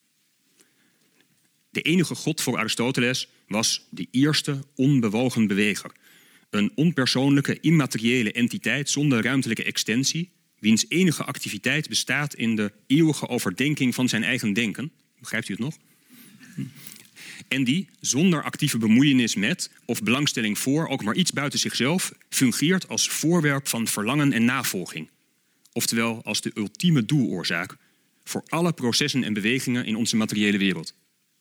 [SPEAKER 2] De enige God voor Aristoteles was de eerste onbewogen beweger. Een onpersoonlijke, immateriële entiteit zonder ruimtelijke extensie, wiens enige activiteit bestaat in de eeuwige overdenking van zijn eigen denken. Begrijpt u het nog? En die, zonder actieve bemoeienis met of belangstelling voor ook maar iets buiten zichzelf, fungeert als voorwerp van verlangen en navolging. Oftewel als de ultieme doeloorzaak voor alle processen en bewegingen in onze materiële wereld.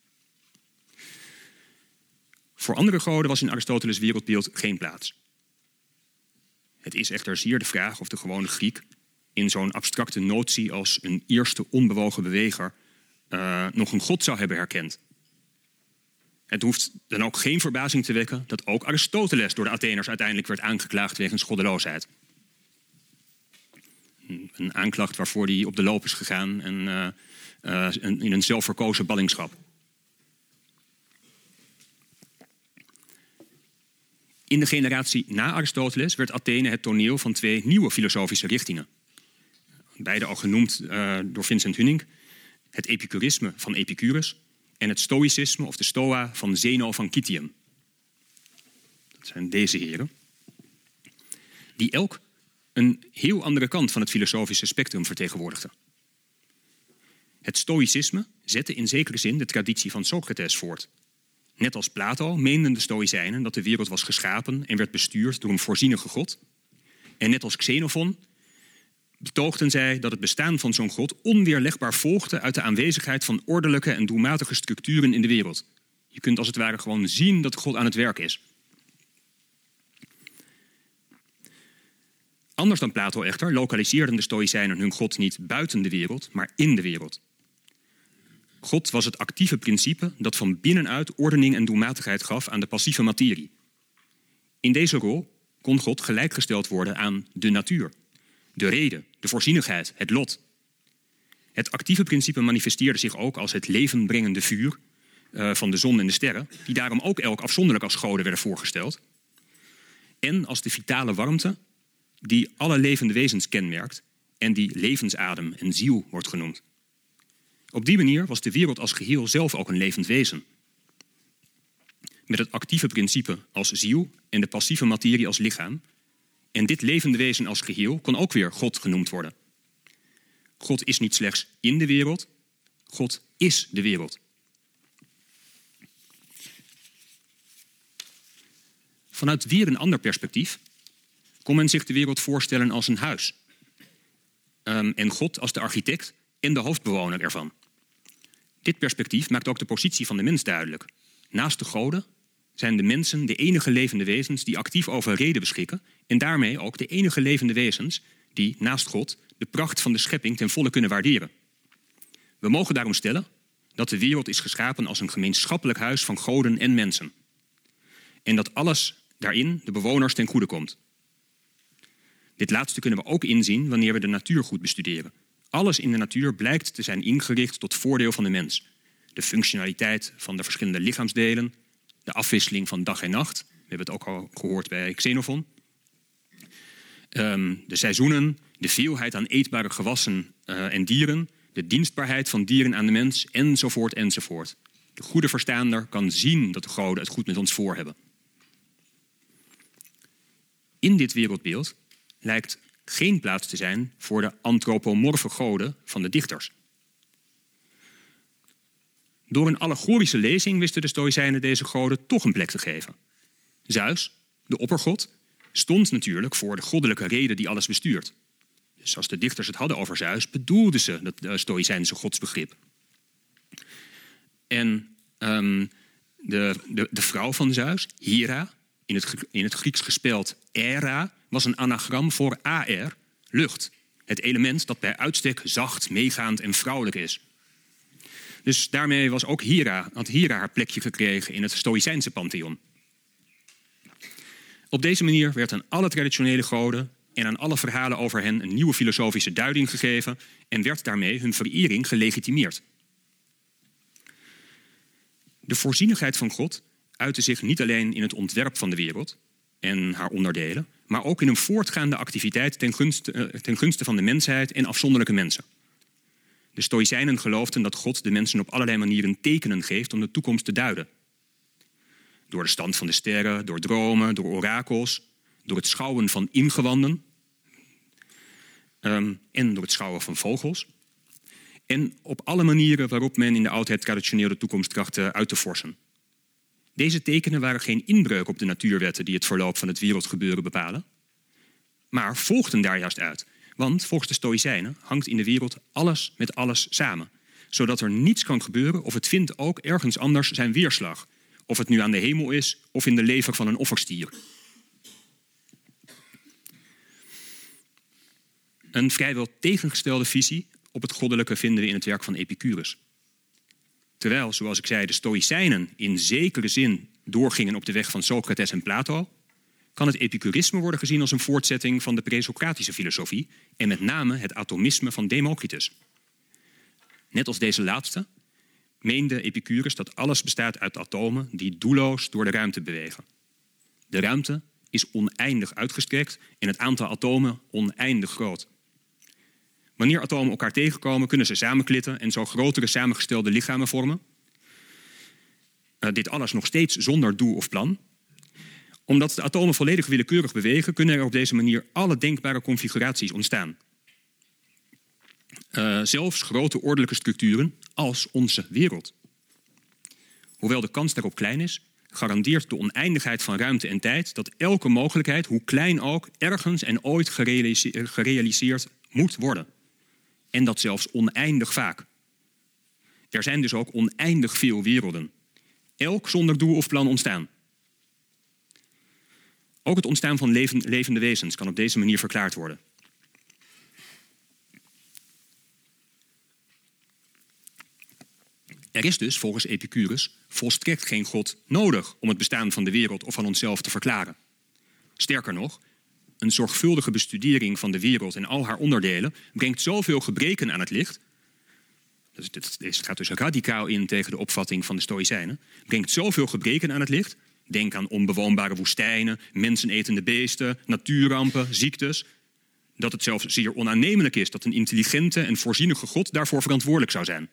[SPEAKER 2] Voor andere goden was in Aristoteles' wereldbeeld geen plaats. Het is echter zeer de vraag of de gewone Griek in zo'n abstracte notie als een eerste onbewogen beweger nog een god zou hebben herkend. Het hoeft dan ook geen verbazing te wekken dat ook Aristoteles door de Atheners uiteindelijk werd aangeklaagd wegens goddeloosheid. Een aanklacht waarvoor hij op de loop is gegaan en in een zelfverkozen ballingschap. In de generatie na Aristoteles werd Athene het toneel van twee nieuwe filosofische richtingen. Beide al genoemd door Vincent Hunink. Het epicurisme van Epicurus en het stoïcisme of de stoa van Zeno van Citium. Dat zijn deze heren. Die elk een heel andere kant van het filosofische spectrum vertegenwoordigden. Het stoïcisme zette in zekere zin de traditie van Socrates voort. Net als Plato meenden de Stoïcijnen dat de wereld was geschapen en werd bestuurd door een voorzienige God. En net als Xenophon betoogden zij dat het bestaan van zo'n God onweerlegbaar volgde uit de aanwezigheid van ordelijke en doelmatige structuren in de wereld. Je kunt als het ware gewoon zien dat God aan het werk is. Anders dan Plato echter lokaliseerden de Stoïcijnen hun God niet buiten de wereld, maar in de wereld. God was het actieve principe dat van binnenuit ordening en doelmatigheid gaf aan de passieve materie. In deze rol kon God gelijkgesteld worden aan de natuur, de reden, de voorzienigheid, het lot. Het actieve principe manifesteerde zich ook als het levenbrengende vuur van de zon en de sterren, die daarom ook elk afzonderlijk als goden werden voorgesteld. en als de vitale warmte die alle levende wezens kenmerkt en die levensadem en ziel wordt genoemd. Op die manier was de wereld als geheel zelf ook een levend wezen. Met het actieve principe als ziel en de passieve materie als lichaam. En dit levende wezen als geheel kon ook weer God genoemd worden. God is niet slechts in de wereld, God is de wereld. Vanuit weer een ander perspectief kon men zich de wereld voorstellen als een huis. En God als de architect en de hoofdbewoner ervan. Dit perspectief maakt ook de positie van de mens duidelijk. Naast de goden zijn de mensen de enige levende wezens die actief over reden beschikken en daarmee ook de enige levende wezens die naast God de pracht van de schepping ten volle kunnen waarderen. We mogen daarom stellen dat de wereld is geschapen als een gemeenschappelijk huis van goden en mensen. En dat alles daarin de bewoners ten goede komt. Dit laatste kunnen we ook inzien wanneer we de natuur goed bestuderen. Alles in de natuur blijkt te zijn ingericht tot voordeel van de mens. De functionaliteit van de verschillende lichaamsdelen, de afwisseling van dag en nacht. We hebben het ook al gehoord bij Xenophon. De seizoenen, de veelheid aan eetbare gewassen en dieren, de dienstbaarheid van dieren aan de mens, enzovoort, enzovoort. De goede verstaander kan zien dat de goden het goed met ons voor hebben. In dit wereldbeeld lijkt geen plaats te zijn voor de antropomorfe goden van de dichters. Door een allegorische lezing wisten de Stoïcijnen deze goden toch een plek te geven. Zeus, de oppergod, stond natuurlijk voor de goddelijke rede die alles bestuurt. Dus als de dichters het hadden over Zeus, bedoelden ze dat Stoïcijnse godsbegrip. En de vrouw van Zeus, Hera, in het Grieks gespeld Hera, was een anagram voor AR, lucht. Het element dat bij uitstek zacht, meegaand en vrouwelijk is. Dus daarmee had Hera haar plekje gekregen in het Stoïcijnse pantheon. Op deze manier werd aan alle traditionele goden en aan alle verhalen over hen een nieuwe filosofische duiding gegeven en werd daarmee hun verering gelegitimeerd. De voorzienigheid van God uitte zich niet alleen in het ontwerp van de wereld en haar onderdelen, maar ook in een voortgaande activiteit ten gunste van de mensheid en afzonderlijke mensen. De Stoïcijnen geloofden dat God de mensen op allerlei manieren tekenen geeft om de toekomst te duiden. Door de stand van de sterren, door dromen, door orakels, door het schouwen van ingewanden en door het schouwen van vogels. En op alle manieren waarop men in de oudheid traditioneel de toekomst trachtte uit te vorsen. Deze tekenen waren geen inbreuk op de natuurwetten die het verloop van het wereldgebeuren bepalen, maar volgden daar juist uit. Want volgens de Stoïcijnen hangt in de wereld alles met alles samen. Zodat er niets kan gebeuren of het vindt ook ergens anders zijn weerslag. Of het nu aan de hemel is of in de lever van een offerstier. Een vrijwel tegengestelde visie op het goddelijke vinden we in het werk van Epicurus. Terwijl, zoals ik zei, de Stoïcijnen in zekere zin doorgingen op de weg van Socrates en Plato, kan het epicurisme worden gezien als een voortzetting van de pre-Socratische filosofie en met name het atomisme van Democritus. Net als deze laatste meende Epicurus dat alles bestaat uit atomen die doelloos door de ruimte bewegen. De ruimte is oneindig uitgestrekt en het aantal atomen oneindig groot. Wanneer atomen elkaar tegenkomen, kunnen ze samenklitten en zo grotere samengestelde lichamen vormen. Dit alles nog steeds zonder doel of plan. Omdat de atomen volledig willekeurig bewegen, kunnen er op deze manier alle denkbare configuraties ontstaan. Zelfs grote ordelijke structuren als onze wereld. Hoewel de kans daarop klein is, garandeert de oneindigheid van ruimte en tijd dat elke mogelijkheid, hoe klein ook, ergens en ooit gerealiseerd moet worden. En dat zelfs oneindig vaak. Er zijn dus ook oneindig veel werelden. Elk zonder doel of plan ontstaan. Ook het ontstaan van levende wezens kan op deze manier verklaard worden. Er is dus, volgens Epicurus, volstrekt geen God nodig om het bestaan van de wereld of van onszelf te verklaren. Sterker nog, een zorgvuldige bestudering van de wereld en al haar onderdelen brengt zoveel gebreken aan het licht. Dit gaat dus radicaal in tegen de opvatting van de Stoïcijnen. Brengt zoveel gebreken aan het licht Denk aan onbewoonbare woestijnen, mensenetende beesten, natuurrampen, ziektes. Dat het zelfs zeer onaannemelijk is dat een intelligente en voorzienige God daarvoor verantwoordelijk zou zijn.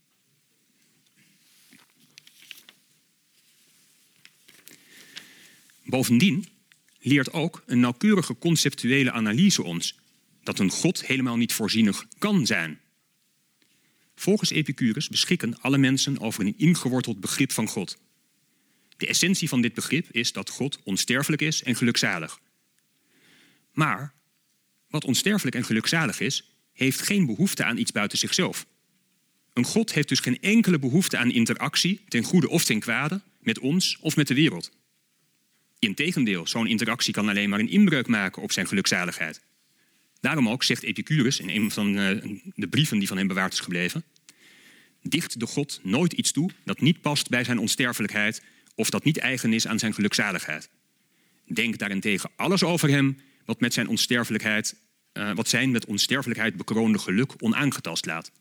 [SPEAKER 2] Bovendien leert ook een nauwkeurige conceptuele analyse ons dat een God helemaal niet voorzienig kan zijn. Volgens Epicurus beschikken alle mensen over een ingeworteld begrip van God. De essentie van dit begrip is dat God onsterfelijk is en gelukzalig. Maar wat onsterfelijk en gelukzalig is, heeft geen behoefte aan iets buiten zichzelf. Een God heeft dus geen enkele behoefte aan interactie, ten goede of ten kwade, met ons of met de wereld. Integendeel, zo'n interactie kan alleen maar een inbreuk maken op zijn gelukzaligheid. Daarom ook zegt Epicurus in een van de brieven die van hem bewaard is gebleven: dicht de God nooit iets toe dat niet past bij zijn onsterfelijkheid of dat niet eigen is aan zijn gelukzaligheid. Denk daarentegen alles over hem wat zijn met onsterfelijkheid bekroonde geluk onaangetast laat.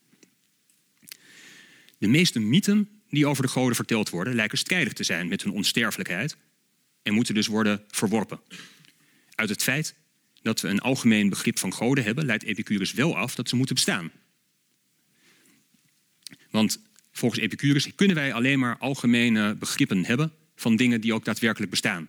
[SPEAKER 2] De meeste mythen die over de goden verteld worden lijken strijdig te zijn met hun onsterfelijkheid en moeten dus worden verworpen. Uit het feit dat we een algemeen begrip van goden hebben, leidt Epicurus wel af dat ze moeten bestaan. Want volgens Epicurus kunnen wij alleen maar algemene begrippen hebben van dingen die ook daadwerkelijk bestaan.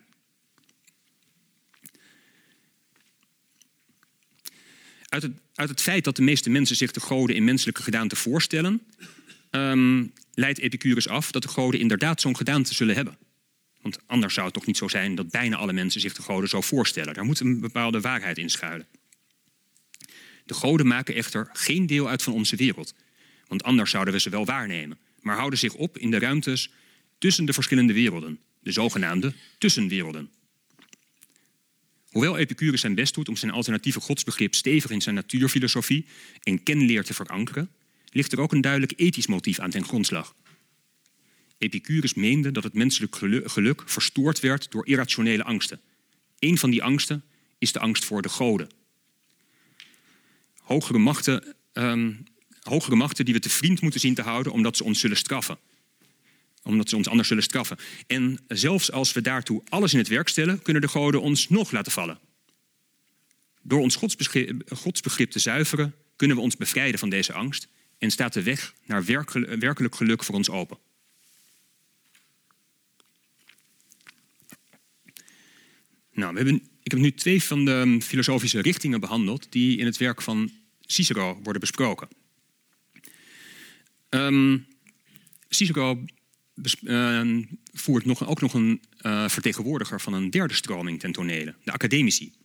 [SPEAKER 2] Uit het feit dat de meeste mensen zich de goden in menselijke gedaante voorstellen, leidt Epicurus af dat de goden inderdaad zo'n gedaante zullen hebben. Want anders zou het toch niet zo zijn dat bijna alle mensen zich de goden zo voorstellen. Daar moet een bepaalde waarheid in schuilen. De goden maken echter geen deel uit van onze wereld. Want anders zouden we ze wel waarnemen. Maar houden zich op in de ruimtes tussen de verschillende werelden. De zogenaamde tussenwerelden. Hoewel Epicurus zijn best doet om zijn alternatieve godsbegrip stevig in zijn natuurfilosofie en kenleer te verankeren, ligt er ook een duidelijk ethisch motief aan ten grondslag. Epicurus meende dat het menselijk geluk verstoord werd door irrationele angsten. Een van die angsten is de angst voor de goden. Hogere machten die we te vriend moeten zien te houden omdat ze ons zullen straffen. Omdat ze ons anders zullen straffen. En zelfs als we daartoe alles in het werk stellen, kunnen de goden ons nog laten vallen. Door ons godsbegrip te zuiveren, kunnen we ons bevrijden van deze angst en staat de weg naar werkelijk geluk voor ons open. Nou, ik heb nu 2 van de filosofische richtingen behandeld die in het werk van Cicero worden besproken. Cicero voert ook nog een vertegenwoordiger van een derde stroming ten tonele, de academici.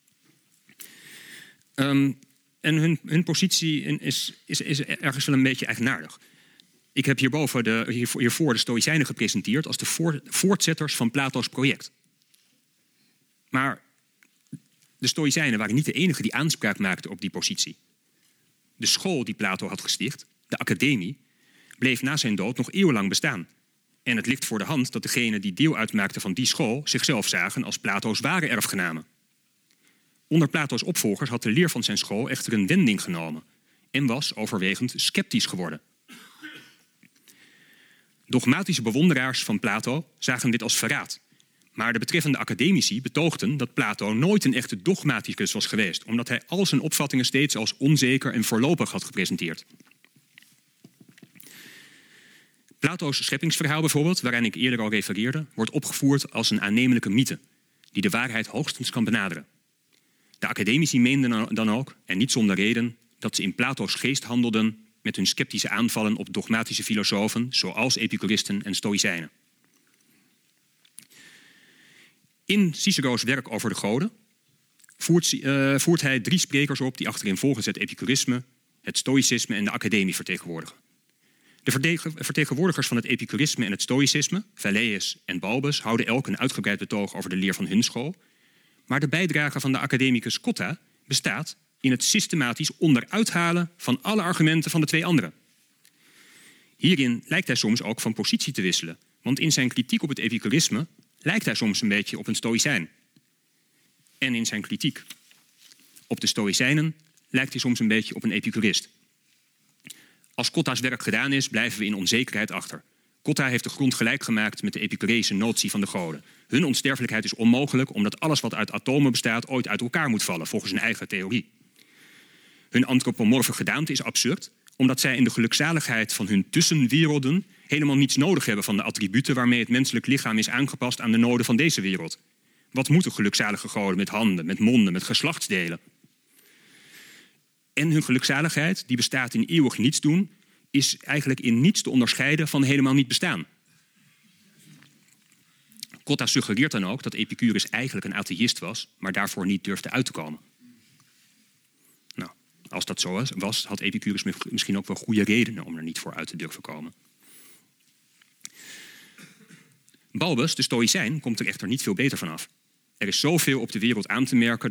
[SPEAKER 2] En hun positie is ergens wel een beetje eigenaardig. Ik heb hiervoor de Stoïcijnen gepresenteerd als de voortzetters van Plato's project. Maar de Stoïcijnen waren niet de enigen die aanspraak maakten op die positie. De school die Plato had gesticht, de academie, bleef na zijn dood nog eeuwenlang bestaan. En het ligt voor de hand dat degenen die deel uitmaakten van die school zichzelf zagen als Plato's ware erfgenamen. Onder Plato's opvolgers had de leer van zijn school echter een wending genomen en was overwegend sceptisch geworden. Dogmatische bewonderaars van Plato zagen dit als verraad. Maar de betreffende academici betoogden dat Plato nooit een echte dogmaticus was geweest, omdat hij al zijn opvattingen steeds als onzeker en voorlopig had gepresenteerd. Plato's scheppingsverhaal bijvoorbeeld, waaraan ik eerder al refereerde, wordt opgevoerd als een aannemelijke mythe, die de waarheid hoogstens kan benaderen. De academici meenden dan ook, en niet zonder reden, dat ze in Plato's geest handelden met hun sceptische aanvallen op dogmatische filosofen, zoals Epicuristen en Stoïcijnen. In Cicero's werk over de goden voert hij 3 sprekers op die achtereenvolgens het epicurisme, het stoïcisme en de academie vertegenwoordigen. De vertegenwoordigers van het epicurisme en het stoïcisme, Velleius en Balbus, houden elk een uitgebreid betoog over de leer van hun school. Maar de bijdrage van de academicus Cotta bestaat in het systematisch onderuithalen van alle argumenten van de 2 anderen. Hierin lijkt hij soms ook van positie te wisselen, want in zijn kritiek op het epicurisme lijkt hij soms een beetje op een stoïcijn. En in zijn kritiek op de stoïcijnen lijkt hij soms een beetje op een epicurist. Als Cotta's werk gedaan is, blijven we in onzekerheid achter. Cotta heeft de grond gelijk gemaakt met de Epicureese notie van de goden. Hun onsterfelijkheid is onmogelijk omdat alles wat uit atomen bestaat ooit uit elkaar moet vallen, volgens hun eigen theorie. Hun antropomorfe gedaante is absurd, omdat zij in de gelukzaligheid van hun tussenwerelden helemaal niets nodig hebben van de attributen waarmee het menselijk lichaam is aangepast aan de noden van deze wereld. Wat moeten gelukzalige goden met handen, met monden, met geslachtsdelen? En hun gelukzaligheid, die bestaat in eeuwig niets doen, is eigenlijk in niets te onderscheiden van helemaal niet bestaan. Cotta suggereert dan ook dat Epicurus eigenlijk een atheïst was, maar daarvoor niet durfde uit te komen. Nou, als dat zo was, had Epicurus misschien ook wel goede redenen om er niet voor uit te durven komen. Balbus, de Stoïcijn, komt er echter niet veel beter vanaf. Er is zoveel op de wereld aan te merken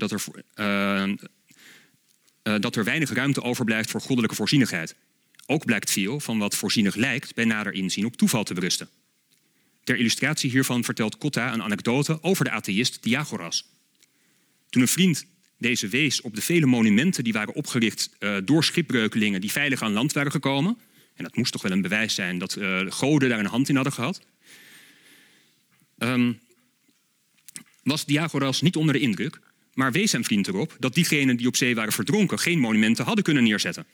[SPEAKER 2] dat er weinig ruimte overblijft voor goddelijke voorzienigheid. Ook blijkt veel van wat voorzienig lijkt bij nader inzien op toeval te berusten. Ter illustratie hiervan vertelt Cotta een anekdote over de atheïst Diagoras. Toen een vriend deze wees op de vele monumenten die waren opgericht door schipbreukelingen die veilig aan land waren gekomen, en dat moest toch wel een bewijs zijn dat de goden daar een hand in hadden gehad, was Diagoras niet onder de indruk, maar wees zijn vriend erop dat diegenen die op zee waren verdronken geen monumenten hadden kunnen neerzetten.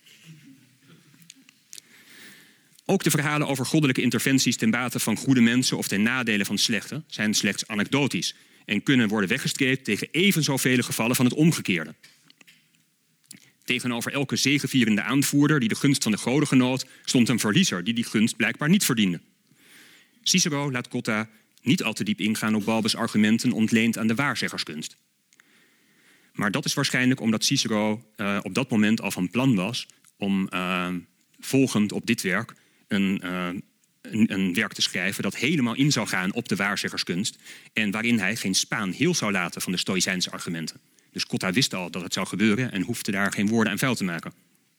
[SPEAKER 2] Ook de verhalen over goddelijke interventies ten bate van goede mensen of ten nadele van slechte zijn slechts anekdotisch en kunnen worden weggestreept tegen even zoveel gevallen van het omgekeerde. Tegenover elke zegevierende aanvoerder die de gunst van de goden genoot, stond een verliezer die gunst blijkbaar niet verdiende. Cicero laat Cotta niet al te diep ingaan op Balbus' argumenten ontleend aan de waarzeggerskunst. Maar dat is waarschijnlijk omdat Cicero op dat moment al van plan was om volgend op dit werk een werk te schrijven dat helemaal in zou gaan op de waarzeggerskunst en waarin hij geen spaan heel zou laten van de Stoïcijnse argumenten. Dus Cotta wist al dat het zou gebeuren en hoefde daar geen woorden aan vuil te maken.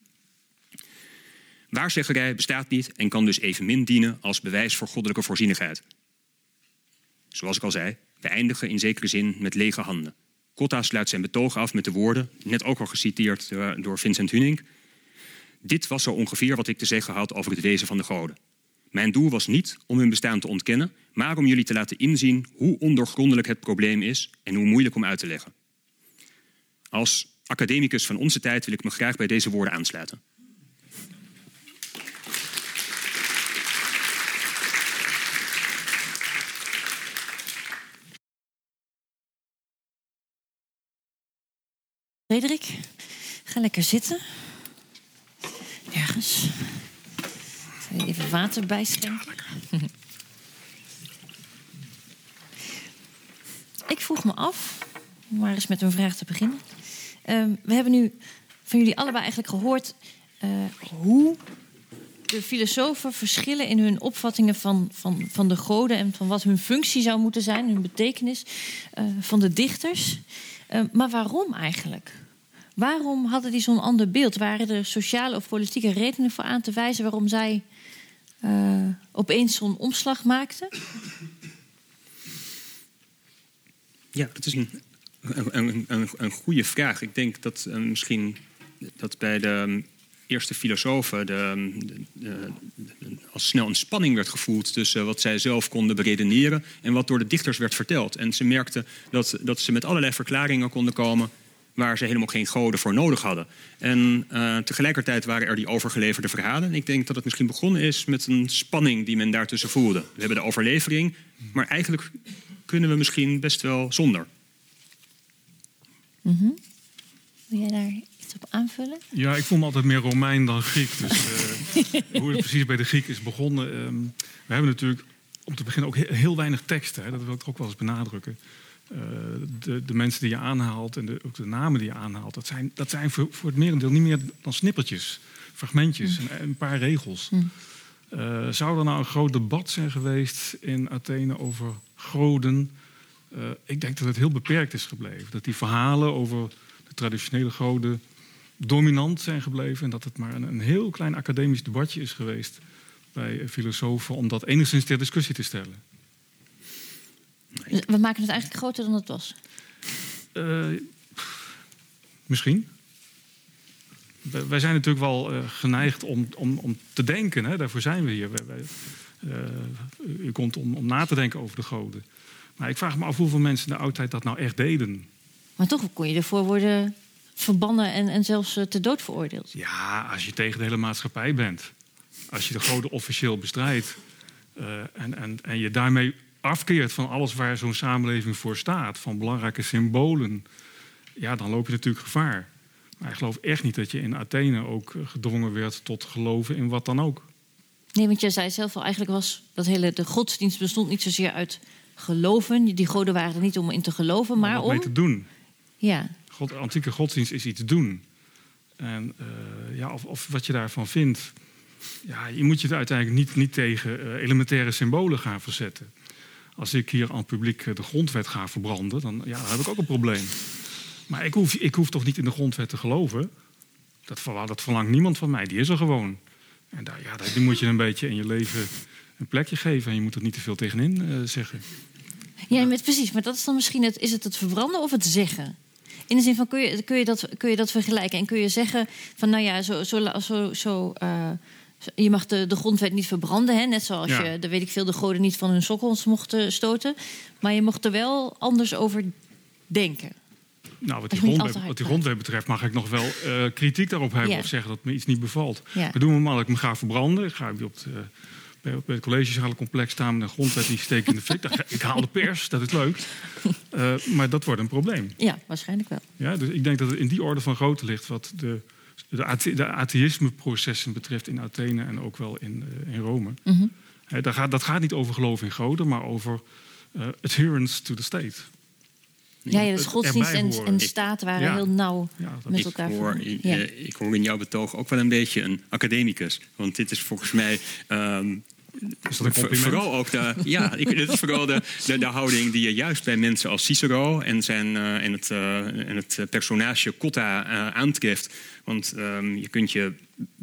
[SPEAKER 2] Waarzeggerij bestaat niet en kan dus evenmin dienen als bewijs voor goddelijke voorzienigheid. Zoals ik al zei, we eindigen in zekere zin met lege handen. Cotta sluit zijn betoog af met de woorden, net ook al geciteerd door Vincent Hunink: dit was zo ongeveer wat ik te zeggen had over het wezen van de goden. Mijn doel was niet om hun bestaan te ontkennen, maar om jullie te laten inzien hoe ondoorgrondelijk het probleem is en hoe moeilijk om uit te leggen. Als academicus van onze tijd wil ik me graag bij deze woorden aansluiten.
[SPEAKER 1] Frederik, ga lekker zitten. Ergens. Ik zal je even water bijschenken. Ik vroeg me af, om maar eens met een vraag te beginnen. We hebben nu van jullie allebei eigenlijk gehoord hoe de filosofen verschillen in hun opvattingen van de goden en van wat hun functie zou moeten zijn, hun betekenis, van de dichters. Maar waarom eigenlijk? Waarom hadden die zo'n ander beeld? Waren er sociale of politieke redenen voor aan te wijzen waarom zij opeens zo'n omslag maakten?
[SPEAKER 2] Ja, dat is een goede vraag. Ik denk dat misschien dat bij de eerste filosofen al snel een spanning werd gevoeld tussen wat zij zelf konden beredeneren en wat door de dichters werd verteld. En ze merkten dat ze met allerlei verklaringen konden komen waar ze helemaal geen goden voor nodig hadden. En tegelijkertijd waren er die overgeleverde verhalen. En ik denk dat het misschien begonnen is met een spanning die men daartussen voelde. We hebben de overlevering, maar eigenlijk kunnen we misschien best wel zonder.
[SPEAKER 1] Mm-hmm. Wil jij daar iets op aanvullen?
[SPEAKER 5] Ja, ik voel me altijd meer Romein dan Griek. Dus hoe het precies bij de Griek is begonnen. We hebben natuurlijk om te beginnen ook heel weinig teksten. Hè, dat wil ik ook wel eens benadrukken. De mensen die je aanhaalt en ook de namen die je aanhaalt, dat zijn voor het merendeel niet meer dan snippertjes, fragmentjes en een paar regels. Zou er nou een groot debat zijn geweest in Athene over goden? Ik denk dat het heel beperkt is gebleven. Dat die verhalen over de traditionele goden dominant zijn gebleven en dat het maar een heel klein academisch debatje is geweest bij filosofen om dat enigszins ter discussie te stellen.
[SPEAKER 1] We maken het eigenlijk groter dan het was.
[SPEAKER 5] Misschien. Wij zijn natuurlijk wel geneigd om te denken. Hè? Daarvoor zijn we hier. U komt om na te denken over de goden. Maar ik vraag me af hoeveel mensen in de oudheid dat nou echt deden.
[SPEAKER 1] Maar toch kon je ervoor worden verbannen en zelfs ter dood veroordeeld.
[SPEAKER 5] Ja, als je tegen de hele maatschappij bent. Als je de goden officieel bestrijdt. En je daarmee afkeert van alles waar zo'n samenleving voor staat. Van belangrijke symbolen. Ja, dan loop je natuurlijk gevaar. Maar ik geloof echt niet dat je in Athene ook gedwongen werd tot geloven in wat dan ook.
[SPEAKER 1] Nee, want jij zei zelf al, eigenlijk was de godsdienst bestond niet zozeer uit geloven. Die goden waren er niet om in te geloven, maar
[SPEAKER 5] om
[SPEAKER 1] om
[SPEAKER 5] mee te doen.
[SPEAKER 1] Ja.
[SPEAKER 5] Antieke godsdienst is iets doen. En of wat je daarvan vindt. Ja, je moet je er uiteindelijk niet tegen elementaire symbolen gaan verzetten. Als ik hier aan het publiek de grondwet ga verbranden, dan heb ik ook een probleem. Maar ik hoef toch niet in de grondwet te geloven? Dat verlangt niemand van mij, die is er gewoon. En die moet je een beetje in je leven een plekje geven. En je moet er niet te veel tegenin zeggen.
[SPEAKER 1] Ja, precies. Maar dat is dan misschien is het verbranden of het zeggen? In de zin van, kun je dat vergelijken? En kun je zeggen van, nou ja, je mag de grondwet niet verbranden. Hè? Net zoals je, weet ik veel, de goden niet van hun sokkels mocht stoten. Maar je mocht er wel anders over denken.
[SPEAKER 5] Nou, wat die grondwet betreft mag ik nog wel kritiek daarop hebben. Of zeggen dat me iets niet bevalt.
[SPEAKER 1] Ja.
[SPEAKER 5] We doen normaal dat ik me ga verbranden. Ik ga bij het collegezalencomplex staan met een grondwet die steek in de fik. Ik haal de pers, dat is leuk. Maar dat wordt een probleem.
[SPEAKER 1] Ja, waarschijnlijk wel. Ja,
[SPEAKER 5] dus ik denk dat het in die orde van grootte ligt wat de atheïsmeprocessen betreft in Athene en ook wel in Rome.
[SPEAKER 1] Mm-hmm.
[SPEAKER 5] Dat gaat niet over geloof in goden, maar over adherence to the state.
[SPEAKER 1] Ja, dus godsdienst en staat waren heel nauw met elkaar verbonden.
[SPEAKER 2] Ik hoor in jouw betoog ook wel een beetje een academicus. Want dit is volgens mij...
[SPEAKER 5] Is dat een compliment?
[SPEAKER 2] Vooral ook dit is vooral de houding die je juist bij mensen als Cicero en het personage Cotta aantreft. Want je kunt je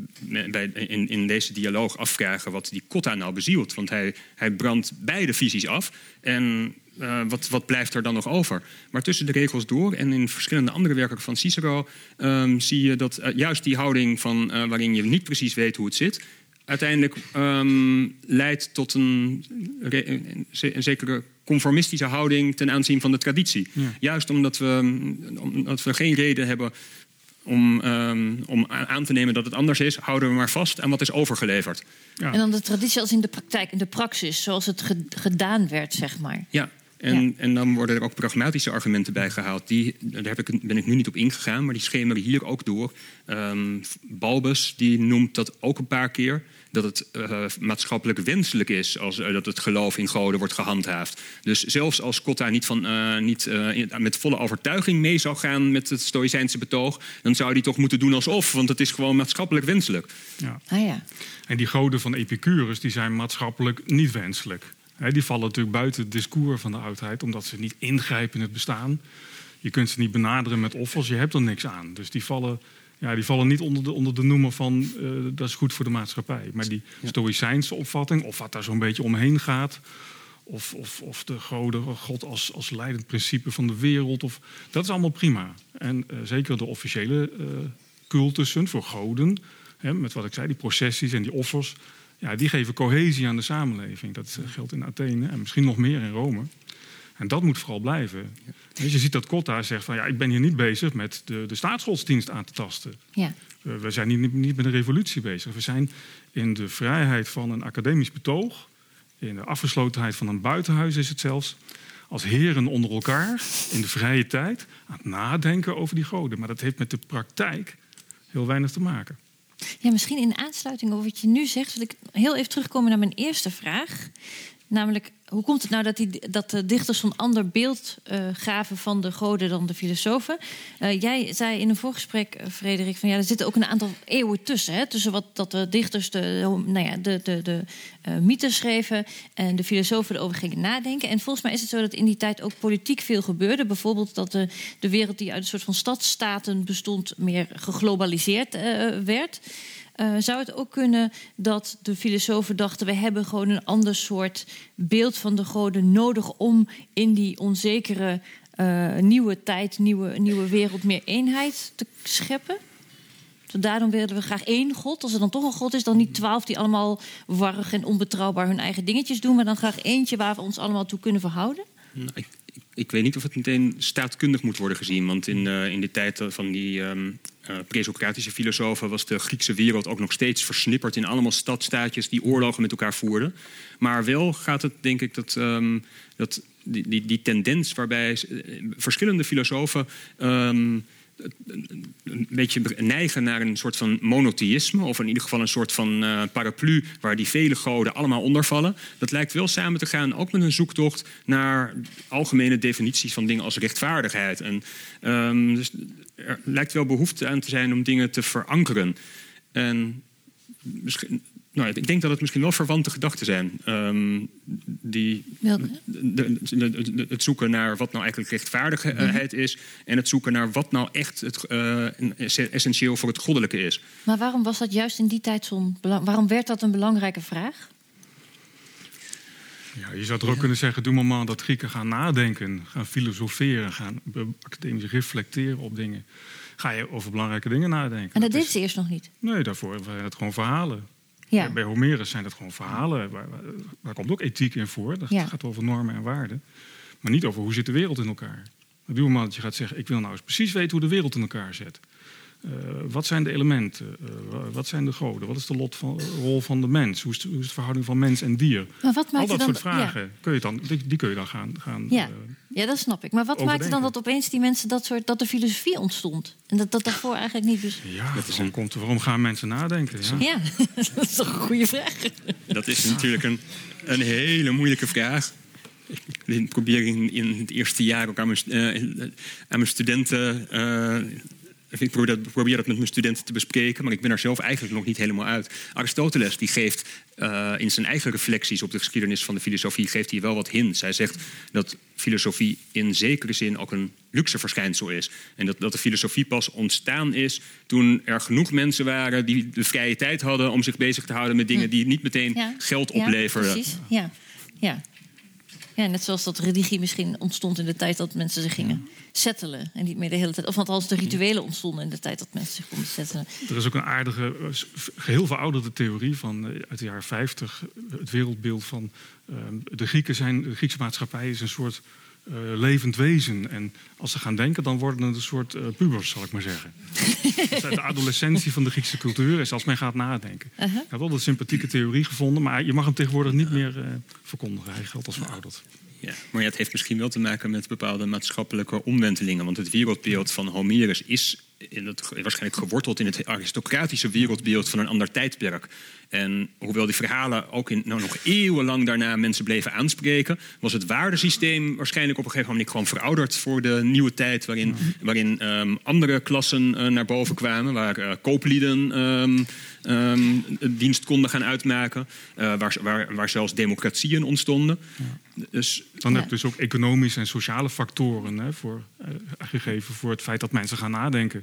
[SPEAKER 2] in deze dialoog afvragen wat die Cotta nou bezielt. Want hij brandt beide visies af. En wat blijft er dan nog over? Maar tussen de regels door en in verschillende andere werken van Cicero zie je dat juist die houding van waarin je niet precies weet hoe het zit, uiteindelijk leidt tot een zekere conformistische houding ten aanzien van de traditie. Ja. Juist omdat we geen reden hebben om aan te nemen dat het anders is, houden we maar vast aan wat is overgeleverd.
[SPEAKER 1] Ja. En dan de traditie als in de praktijk, in de praxis, zoals het gedaan werd, zeg maar.
[SPEAKER 2] Ja. En dan worden er ook pragmatische argumenten bij gehaald. Daar ben ik nu niet op ingegaan, maar die schemeren hier ook door. Balbus die noemt dat ook een paar keer. Dat het maatschappelijk wenselijk is dat het geloof in goden wordt gehandhaafd. Dus zelfs als Cotta niet met volle overtuiging mee zou gaan met het Stoïcijnse betoog, dan zou hij toch moeten doen alsof, want het is gewoon maatschappelijk wenselijk.
[SPEAKER 5] Ja.
[SPEAKER 1] Ah, ja.
[SPEAKER 5] En die goden van Epicurus die zijn maatschappelijk niet wenselijk. Die vallen natuurlijk buiten het discours van de oudheid, omdat ze niet ingrijpen in het bestaan. Je kunt ze niet benaderen met offers, je hebt er niks aan. Dus die vallen niet onder de noemer van dat is goed voor de maatschappij. Maar die Stoïcijnse opvatting, of wat daar zo'n beetje omheen gaat, of de God als leidend principe van de wereld, dat is allemaal prima. En zeker de officiële cultussen voor goden, met wat ik zei, die processies en die offers, die geven cohesie aan de samenleving. Dat geldt in Athene en misschien nog meer in Rome. En dat moet vooral blijven. Dus je ziet dat Cotta zegt van ik ben hier niet bezig met de staatsgodsdienst aan te tasten. Ja. We zijn niet met een revolutie bezig. We zijn in de vrijheid van een academisch betoog, in de afgeslotenheid van een buitenhuis is het zelfs, als heren onder elkaar in de vrije tijd aan het nadenken over die goden. Maar dat heeft met de praktijk heel weinig te maken.
[SPEAKER 1] Ja, misschien in aansluiting op wat je nu zegt, wil ik heel even terugkomen naar mijn eerste vraag. Namelijk, hoe komt het nou dat de dichters zo'n ander beeld gaven van de goden dan de filosofen? Jij zei in een voorgesprek, Frederik, van er zitten ook een aantal eeuwen tussen. Hè? Tussen wat dat de dichters de mythes schreven en de filosofen erover gingen nadenken. En volgens mij is het zo dat in die tijd ook politiek veel gebeurde. Bijvoorbeeld dat de wereld die uit een soort van stadstaten bestond meer geglobaliseerd werd. Zou het ook kunnen dat de filosofen dachten, we hebben gewoon een ander soort beeld van de goden nodig om in die onzekere nieuwe tijd, nieuwe wereld meer eenheid te scheppen? Daarom willen we graag 1 God. Als er dan toch een God is, dan niet 12 die allemaal warrig en onbetrouwbaar hun eigen dingetjes doen, maar dan graag eentje waar we ons allemaal toe kunnen verhouden?
[SPEAKER 2] Nou, ik weet niet of het meteen staatkundig moet worden gezien. Want in de tijd van die pre-Socratische filosofen was de Griekse wereld ook nog steeds versnipperd in allemaal stadstaatjes die oorlogen met elkaar voerden. Maar wel gaat het, denk ik, dat die tendens waarbij verschillende filosofen een beetje neigen naar een soort van monotheïsme, of in ieder geval een soort van paraplu waar die vele goden allemaal onder vallen. Dat lijkt wel samen te gaan, ook met een zoektocht naar algemene definities van dingen als rechtvaardigheid. En dus er lijkt wel behoefte aan te zijn om dingen te verankeren. En misschien, ik denk dat het misschien wel verwante gedachten zijn. Het zoeken naar wat nou eigenlijk rechtvaardigheid is, en het zoeken naar wat nou echt essentieel voor het goddelijke is.
[SPEAKER 1] Maar waarom was dat juist in die tijd waarom werd dat een belangrijke vraag?
[SPEAKER 5] Ja, je zou er ook kunnen zeggen, doe maar dat Grieken gaan nadenken, gaan filosoferen, gaan academisch reflecteren op dingen. Ga je over belangrijke dingen nadenken.
[SPEAKER 1] En dat deed ze eerst nog niet?
[SPEAKER 5] Nee, daarvoor waren het gewoon verhalen.
[SPEAKER 1] Ja.
[SPEAKER 5] Bij Homerus zijn dat gewoon verhalen. Waar komt ook ethiek in voor. Dat gaat over normen en waarden. Maar niet over hoe zit de wereld in elkaar. Doe maar dat je gaat zeggen, ik wil nou eens precies weten hoe de wereld in elkaar zit. Wat zijn de elementen? Wat zijn de goden? Wat is de rol van de mens? Hoe is de verhouding van mens en dier?
[SPEAKER 1] Maar wat
[SPEAKER 5] al dat soort vragen kun je dan gaan
[SPEAKER 1] ja, dat snap ik. Maar wat maakte dan dat opeens die mensen dat de filosofie ontstond? En dat daarvoor eigenlijk niet... Dus...
[SPEAKER 5] Ja, waarom gaan mensen nadenken?
[SPEAKER 1] Ja, dat is toch een goede vraag.
[SPEAKER 2] Dat is natuurlijk een hele moeilijke vraag. Ik probeer in het eerste jaar ook aan mijn studenten... Ik probeer dat met mijn studenten te bespreken, maar ik ben er zelf eigenlijk nog niet helemaal uit. Aristoteles die geeft in zijn eigen reflecties op de geschiedenis van de filosofie geeft hij wel wat hints. Hij zegt dat filosofie in zekere zin ook een luxe verschijnsel is. En dat de filosofie pas ontstaan is toen er genoeg mensen waren die de vrije tijd hadden om zich bezig te houden met dingen die niet meteen geld opleverden.
[SPEAKER 1] Precies. Ja, net zoals dat religie misschien ontstond in de tijd dat mensen zich gingen settelen. En niet meer de hele tijd. Of althans, de rituelen ontstonden in de tijd dat mensen zich konden settelen.
[SPEAKER 5] Er is ook een aardige, geheel verouderde theorie uit de jaren 50. Het wereldbeeld van de Griekse maatschappij is een soort levend wezen. En als ze gaan denken, dan worden het een soort pubers, zal ik maar zeggen. De adolescentie van de Griekse cultuur is als men gaat nadenken. Ik heb wel een sympathieke theorie gevonden, maar je mag hem tegenwoordig niet meer verkondigen. Hij geldt als verouderd.
[SPEAKER 2] Ja, maar het heeft misschien wel te maken met bepaalde maatschappelijke omwentelingen. Want het wereldbeeld van Homerus is waarschijnlijk geworteld in het aristocratische wereldbeeld van een ander tijdperk. En hoewel die verhalen ook nog eeuwenlang daarna mensen bleven aanspreken, was het waardesysteem waarschijnlijk op een gegeven moment gewoon verouderd voor de nieuwe tijd, waarin andere klassen naar boven kwamen, waar kooplieden dienst konden gaan uitmaken, waar zelfs democratieën ontstonden.
[SPEAKER 5] Ja. Dus, dan heb je dus ook economische en sociale factoren gegeven voor het feit dat mensen gaan nadenken.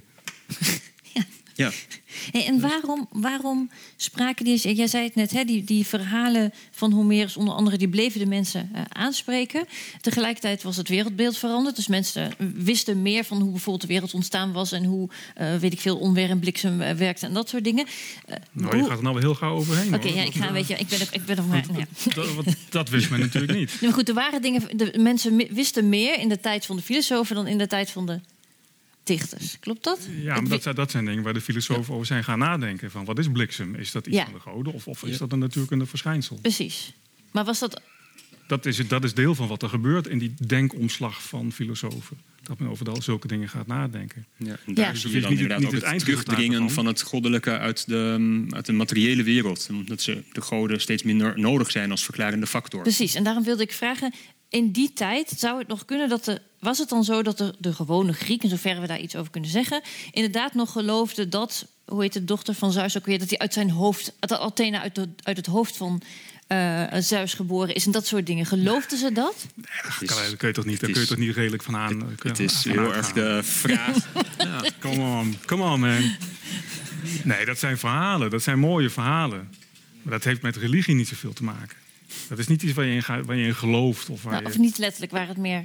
[SPEAKER 2] Ja.
[SPEAKER 1] Hey, en waarom spraken die... Jij zei het net, die verhalen van Homerus onder andere... die bleven de mensen aanspreken. Tegelijkertijd was het wereldbeeld veranderd. Dus mensen wisten meer van hoe bijvoorbeeld de wereld ontstaan was... en hoe, weet ik veel, onweer en bliksem werkte en dat soort dingen.
[SPEAKER 5] Je gaat er nou wel heel gauw overheen.
[SPEAKER 1] Oké, ik ga, weet je, ik ben nog maar...
[SPEAKER 5] Dat wist men natuurlijk niet.
[SPEAKER 1] Nee, maar goed, er waren dingen... De mensen wisten meer in de tijd van de filosofen... dan in de tijd van de dichters. Klopt dat?
[SPEAKER 5] Ja, maar dat zijn dingen waar de filosofen over zijn gaan nadenken. Van wat is bliksem? Is dat iets van de goden? Of is dat een natuurkundig verschijnsel?
[SPEAKER 1] Precies. Maar was dat...
[SPEAKER 5] Dat is deel van wat er gebeurt in die denkomslag van filosofen. Dat men over zulke dingen gaat nadenken.
[SPEAKER 2] Ja, en daar zie je dan inderdaad ook het terugdringen van het goddelijke uit de materiële wereld. Omdat de goden steeds minder nodig zijn als verklarende factor.
[SPEAKER 1] Precies, en daarom wilde ik vragen... In die tijd zou het nog kunnen was het dan zo dat de gewone Griek, in zoverre we daar iets over kunnen zeggen, inderdaad nog geloofde dat, hoe heet de dochter van Zeus ook weer, dat hij uit zijn hoofd, dat Athena uit het hoofd van Zeus geboren is en dat soort dingen. Geloofden ze dat?
[SPEAKER 5] Nee, daar kun je toch niet redelijk van aan.
[SPEAKER 2] Het is heel erg de vraag.
[SPEAKER 5] Come on man. Nee, dat zijn verhalen. Dat zijn mooie verhalen. Maar dat heeft met religie niet zoveel te maken. Dat is niet iets waar je in gelooft. Of
[SPEAKER 1] niet letterlijk, waar het meer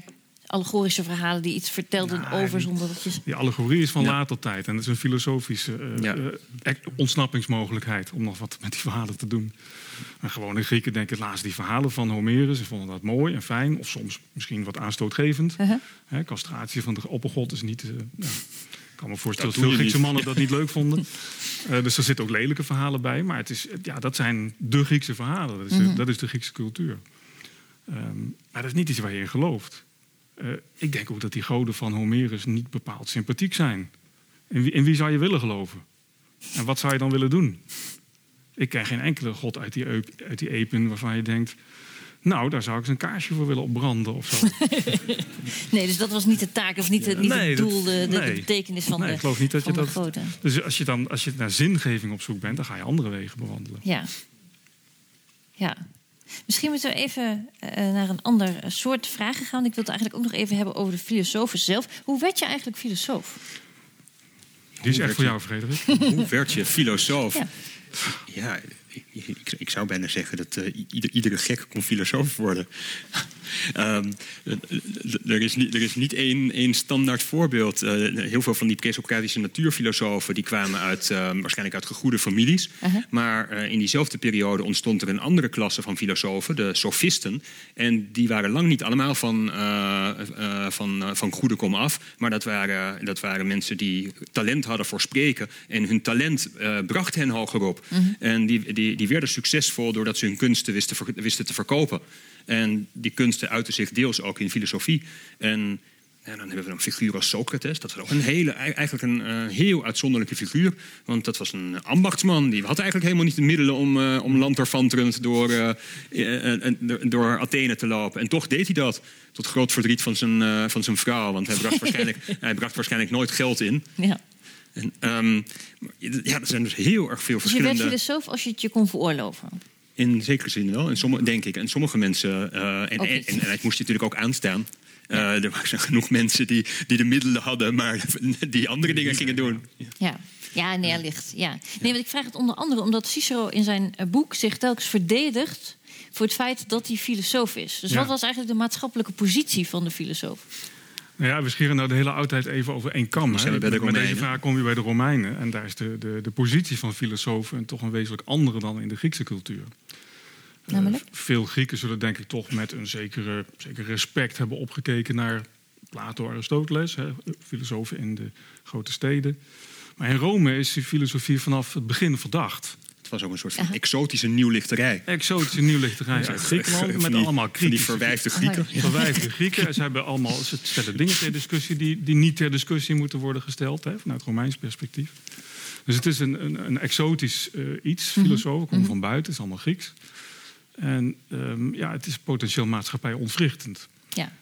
[SPEAKER 1] allegorische verhalen die iets vertelden over zonder dat je...
[SPEAKER 5] Die allegorie is van later tijd. En dat is een filosofische ontsnappingsmogelijkheid om nog wat met die verhalen te doen. En gewone Grieken denken, lazen die verhalen van Homerus en vonden dat mooi en fijn. Of soms misschien wat aanstootgevend. Castratie van de oppergod is niet... Ik kan me voorstellen dat veel Griekse mannen dat niet leuk vonden. Dus er zitten ook lelijke verhalen bij. Maar dat zijn de Griekse verhalen. Dat is de Griekse cultuur. Maar dat is niet iets waar je in gelooft. Ik denk ook dat die goden van Homerus niet bepaald sympathiek zijn. In wie zou je willen geloven? En wat zou je dan willen doen? Ik ken geen enkele god uit die epen waarvan je denkt... Nou, daar zou ik eens een kaarsje voor willen opbranden of zo.
[SPEAKER 1] Nee, dus dat was niet de taak of niet het doel, de betekenis van de,
[SPEAKER 5] ik geloof niet dat je dat
[SPEAKER 1] goden.
[SPEAKER 5] Dus als je naar zingeving op zoek bent, dan ga je andere wegen bewandelen.
[SPEAKER 1] Ja. Misschien moeten we even naar een ander soort vragen gaan. Ik wil het eigenlijk ook nog even hebben over de filosofen zelf. Hoe werd je eigenlijk filosoof?
[SPEAKER 5] Die is echt voor jou, Frederik.
[SPEAKER 2] Hoe werd je filosoof? Ja, ik zou bijna zeggen dat iedere gek kon filosoof worden. Er is niet één standaard voorbeeld. Heel veel van die presocratische natuurfilosofen die kwamen waarschijnlijk uit gegoede families. Maar in diezelfde periode ontstond er een andere klasse van filosofen, de sofisten. En die waren lang niet allemaal van goede kom af. Maar dat waren mensen die talent hadden voor spreken. En hun talent bracht hen hoger op. En die werden succesvol doordat ze hun kunsten wisten te verkopen. En die kunsten uiten zich deels ook in filosofie. En dan hebben we een figuur als Socrates. Dat was ook eigenlijk een heel uitzonderlijke figuur. Want dat was een ambachtsman. Die had eigenlijk helemaal niet de middelen om lanterfanterend door Athene te lopen. En toch deed hij dat. Tot groot verdriet van zijn vrouw. Want hij bracht waarschijnlijk nooit geld in.
[SPEAKER 1] Ja.
[SPEAKER 2] En, er zijn dus heel erg veel verschillende...
[SPEAKER 1] Dus je werd filosoof als je het je kon veroorloven?
[SPEAKER 2] In zekere zin wel, denk ik. En sommige mensen... En het moest je natuurlijk ook aanstaan. Er waren genoeg mensen die de middelen hadden... maar die andere dingen gingen doen.
[SPEAKER 1] Allicht. Ja. Nee, want ik vraag het onder andere omdat Cicero in zijn boek... zich telkens verdedigt voor het feit dat hij filosoof is. Dus wat was eigenlijk de maatschappelijke positie van de filosoof?
[SPEAKER 5] Nou ja, we scheren nou de hele oudheid even over één kam. Met deze vraag kom je bij de Romeinen. En daar is de positie van filosofen toch een wezenlijk andere dan in de Griekse cultuur. Veel Grieken zullen denk ik toch met een zeker respect hebben opgekeken naar Plato, Aristoteles, filosofen in de grote steden. Maar in Rome is die filosofie vanaf het begin verdacht.
[SPEAKER 2] Het was ook een soort van exotische nieuwlichterij.
[SPEAKER 5] Exotische nieuwlichterij uit Griekenland met allemaal kritisch.
[SPEAKER 2] Die verwijfde Grieken.
[SPEAKER 5] Verwijfde Grieken. Ze stellen dingen ter discussie die niet ter discussie moeten worden gesteld, vanuit Romeins perspectief. Dus het is een exotisch iets, filosofen, komen van buiten, het is allemaal Grieks. En het is potentieel maatschappij ontwrichtend.
[SPEAKER 1] Ja.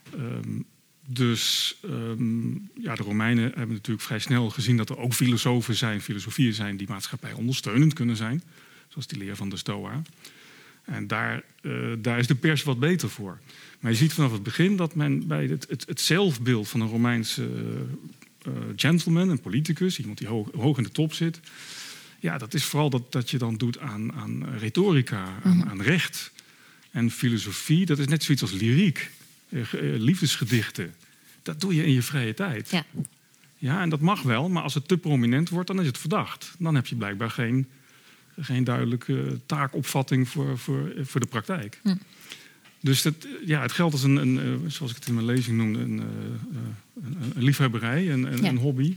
[SPEAKER 5] De Romeinen hebben natuurlijk vrij snel gezien dat er ook filosofieën zijn die maatschappij ondersteunend kunnen zijn. Zoals die leer van de Stoa. En daar is de pers wat beter voor. Maar je ziet vanaf het begin dat men bij het zelfbeeld van een Romeinse gentleman, een politicus, iemand die hoog in de top zit. Ja, dat is vooral dat je dan doet aan retorica, aan recht. En filosofie, dat is net zoiets als lyriek. Liefdesgedichten. Dat doe je in je vrije tijd. Ja, en dat mag wel, maar als het te prominent wordt, dan is het verdacht. Dan heb je blijkbaar geen duidelijke taakopvatting voor de praktijk. Dus het geldt als zoals ik het in mijn lezing noemde, een liefhebberij, een hobby.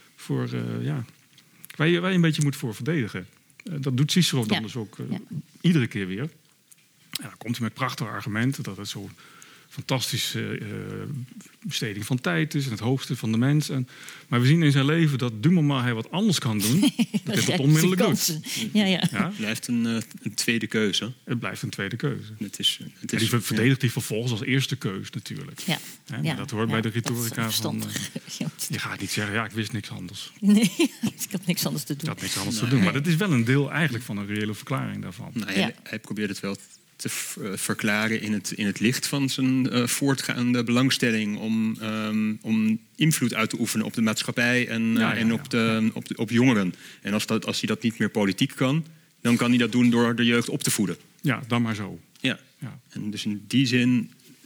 [SPEAKER 5] Waar je een beetje moet voor verdedigen. Dat doet Cicero dan dus ook iedere keer weer. En dan komt hij met prachtige argumenten dat het zo fantastische besteding van tijd is en het hoogste van de mens. Maar we zien in zijn leven dat du moment hij wat anders kan doen, dat hij dat onmiddellijk doet.
[SPEAKER 2] Het blijft een tweede keuze.
[SPEAKER 5] Het blijft een tweede keuze.
[SPEAKER 2] Die
[SPEAKER 5] verdedigt hij vervolgens als eerste keus natuurlijk. Maar dat hoort bij de retorica van... je gaat niet zeggen, ik wist niks anders.
[SPEAKER 1] Nee, ik had niks anders te doen.
[SPEAKER 5] Maar dat is wel een deel eigenlijk van een reële verklaring daarvan.
[SPEAKER 2] Hij probeert het wel te verklaren in het licht van zijn voortgaande belangstelling om invloed uit te oefenen op de maatschappij en op jongeren. En als hij dat niet meer politiek kan, dan kan hij dat doen door de jeugd op te voeden.
[SPEAKER 5] Ja, dan maar zo.
[SPEAKER 2] Ja. En dus in die zin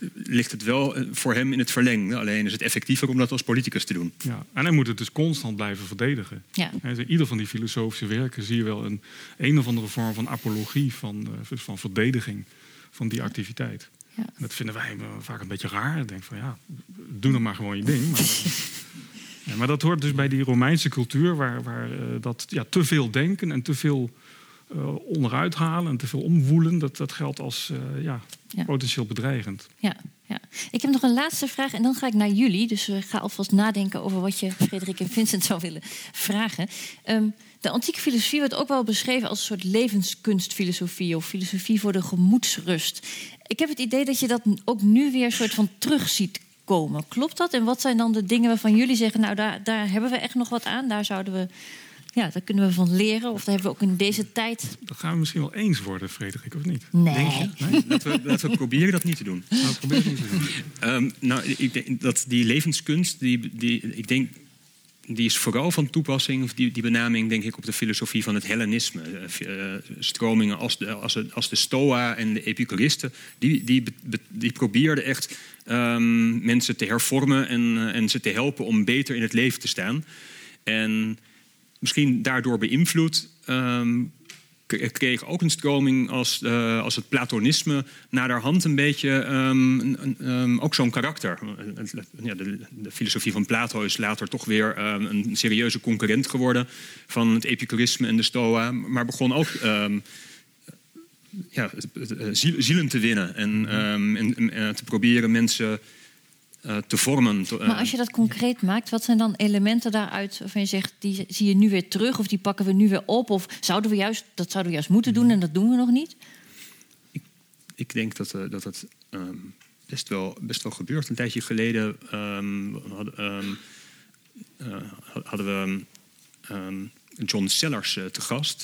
[SPEAKER 2] ligt het wel voor hem in het verlengde. Alleen is het effectiever om dat als politicus te doen.
[SPEAKER 5] Ja, en hij moet het dus constant blijven verdedigen.
[SPEAKER 1] Ja.
[SPEAKER 5] In ieder van die filosofische werken zie je wel een of andere vorm van apologie, van verdediging van die activiteit.
[SPEAKER 1] Ja.
[SPEAKER 5] En dat vinden wij vaak een beetje raar. Ik denk van ja, doe dan maar gewoon je ding. Maar dat hoort dus bij die Romeinse cultuur, waar dat te veel denken en te veel onderuit halen en te veel omwoelen, dat geldt als potentieel bedreigend.
[SPEAKER 1] Ja. Ik heb nog een laatste vraag en dan ga ik naar jullie. Dus ga alvast nadenken over wat je Frederik en Vincent zou willen vragen. De antieke filosofie wordt ook wel beschreven als een soort levenskunstfilosofie of filosofie voor de gemoedsrust. Ik heb het idee dat je dat ook nu weer een soort van terug ziet komen. Klopt dat? En wat zijn dan de dingen waarvan jullie zeggen, nou daar hebben we echt nog wat aan, daar kunnen we van leren. Of daar hebben we ook in deze tijd.
[SPEAKER 5] Dat gaan we misschien wel eens worden, Frederik, of niet?
[SPEAKER 1] Nee.
[SPEAKER 5] Denk je? Nee?
[SPEAKER 2] Laten we proberen dat niet te doen.
[SPEAKER 5] Nou, probeer het niet te doen.
[SPEAKER 2] Ik denk dat die levenskunst, die is vooral van toepassing, of die benaming, denk ik, op de filosofie van het Hellenisme. Stromingen als de Stoa en de Epicuristen, die probeerden echt mensen te hervormen en ze te helpen om beter in het leven te staan. En misschien daardoor beïnvloed kreeg ook een stroming als het Platonisme naderhand een beetje ook zo'n karakter. De filosofie van Plato is later toch weer een serieuze concurrent geworden van het Epicurisme en de Stoa, maar begon ook zielen te winnen en te proberen mensen te vormen.
[SPEAKER 1] Maar als je dat concreet maakt, wat zijn dan elementen daaruit waarvan je zegt, die zie je nu weer terug of die pakken we nu weer op? Of zouden we juist moeten doen en dat doen we nog niet?
[SPEAKER 2] Ik denk dat het best wel gebeurt. Een tijdje geleden hadden we John Sellers te gast,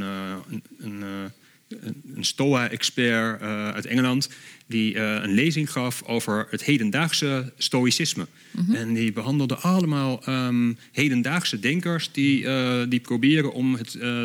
[SPEAKER 2] een Stoa-expert uit Engeland, die een lezing gaf over het hedendaagse stoïcisme. Mm-hmm. En die behandelde allemaal hedendaagse denkers die proberen om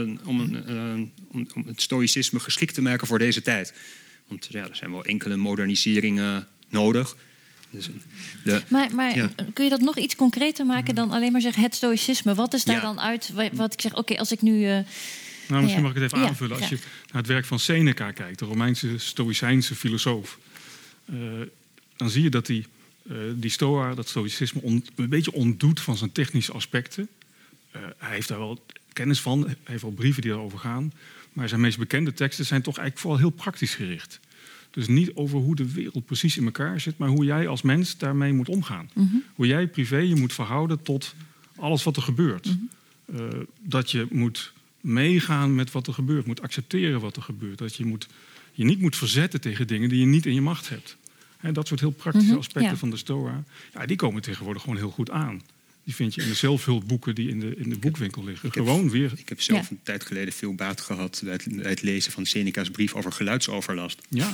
[SPEAKER 2] het stoïcisme geschikt te maken voor deze tijd. Want er zijn wel enkele moderniseringen nodig. Dus
[SPEAKER 1] maar kun je dat nog iets concreter maken dan alleen maar zeggen het stoïcisme? Wat is daar dan uit wat ik zeg, oké, als ik nu...
[SPEAKER 5] misschien mag ik het even aanvullen. Als je naar het werk van Seneca kijkt, de Romeinse stoïcijnse filosoof, dan zie je dat die Stoa, dat stoïcisme, een beetje ontdoet van zijn technische aspecten. Hij heeft daar wel kennis van, hij heeft wel brieven die daarover gaan. Maar zijn meest bekende teksten zijn toch eigenlijk vooral heel praktisch gericht. Dus niet over hoe de wereld precies in elkaar zit, maar hoe jij als mens daarmee moet omgaan. Mm-hmm. Hoe jij privé je moet verhouden tot alles wat er gebeurt. Mm-hmm. Dat je moet meegaan met wat er gebeurt, moet accepteren wat er gebeurt. Dat je niet moet verzetten tegen dingen die je niet in je macht hebt. Dat soort heel praktische aspecten van de Stoa, die komen tegenwoordig gewoon heel goed aan. Die vind je in de zelfhulpboeken die in de boekwinkel liggen. Ik heb zelf
[SPEAKER 2] een tijd geleden veel baat gehad bij het lezen van Seneca's brief over geluidsoverlast.
[SPEAKER 5] Ja.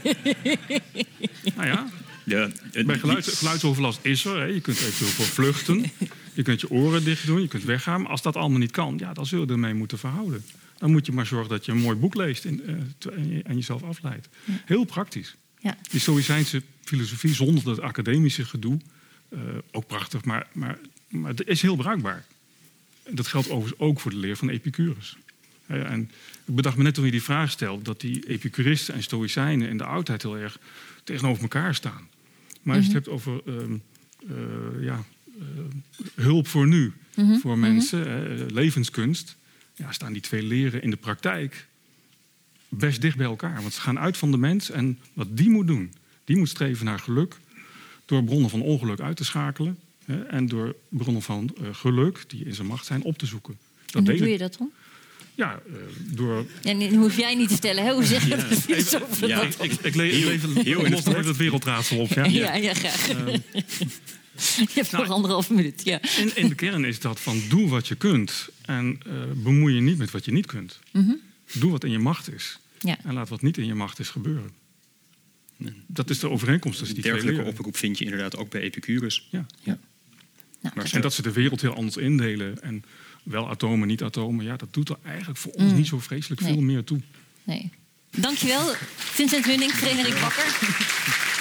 [SPEAKER 5] Nou ja. Bij geluidsoverlast is er. Je kunt eventueel voor vluchten. Je kunt je oren dicht doen, je kunt weggaan. Maar als dat allemaal niet kan, dan zul je ermee moeten verhouden. Dan moet je maar zorgen dat je een mooi boek leest en jezelf afleidt. Ja. Heel praktisch. Ja. Die stoïcijnse filosofie zonder dat academische gedoe, ook prachtig, maar het is heel bruikbaar. Dat geldt overigens ook voor de leer van Epicurus. En ik bedacht me net toen je die vraag stelde, dat die Epicuristen en Stoïcijnen in de oudheid heel erg tegenover elkaar staan. Maar als je het hebt over hulp voor nu, voor mensen, levenskunst, staan die twee leren in de praktijk best dicht bij elkaar. Want ze gaan uit van de mens en wat die moet doen, die moet streven naar geluk door bronnen van ongeluk uit te schakelen en door bronnen van geluk, die in zijn macht zijn, op te zoeken.
[SPEAKER 1] En hoe doe je dat dan?
[SPEAKER 5] Ja, door...
[SPEAKER 1] En nu hoef jij niet te stellen, hè? Hoe zeg je dat?
[SPEAKER 5] Ik los nog even het wereldraadsel op.
[SPEAKER 1] Ja, graag. Je hebt nog 1,5 minuut, ja.
[SPEAKER 5] In de kern is dat van doe wat je kunt en bemoei je niet met wat je niet kunt. Mm-hmm. Doe wat in je macht is en laat wat niet in je macht is gebeuren. Dat is de overeenkomst tussen die twee leren.
[SPEAKER 2] Dergelijke oproep vind je inderdaad ook bij Epicurus.
[SPEAKER 5] Ja. En dat ze de wereld heel anders indelen en wel atomen, niet atomen, dat doet er eigenlijk voor ons niet zo vreselijk veel meer toe.
[SPEAKER 1] Nee. Dankjewel, Vincent Hunning, Frederik Bakker.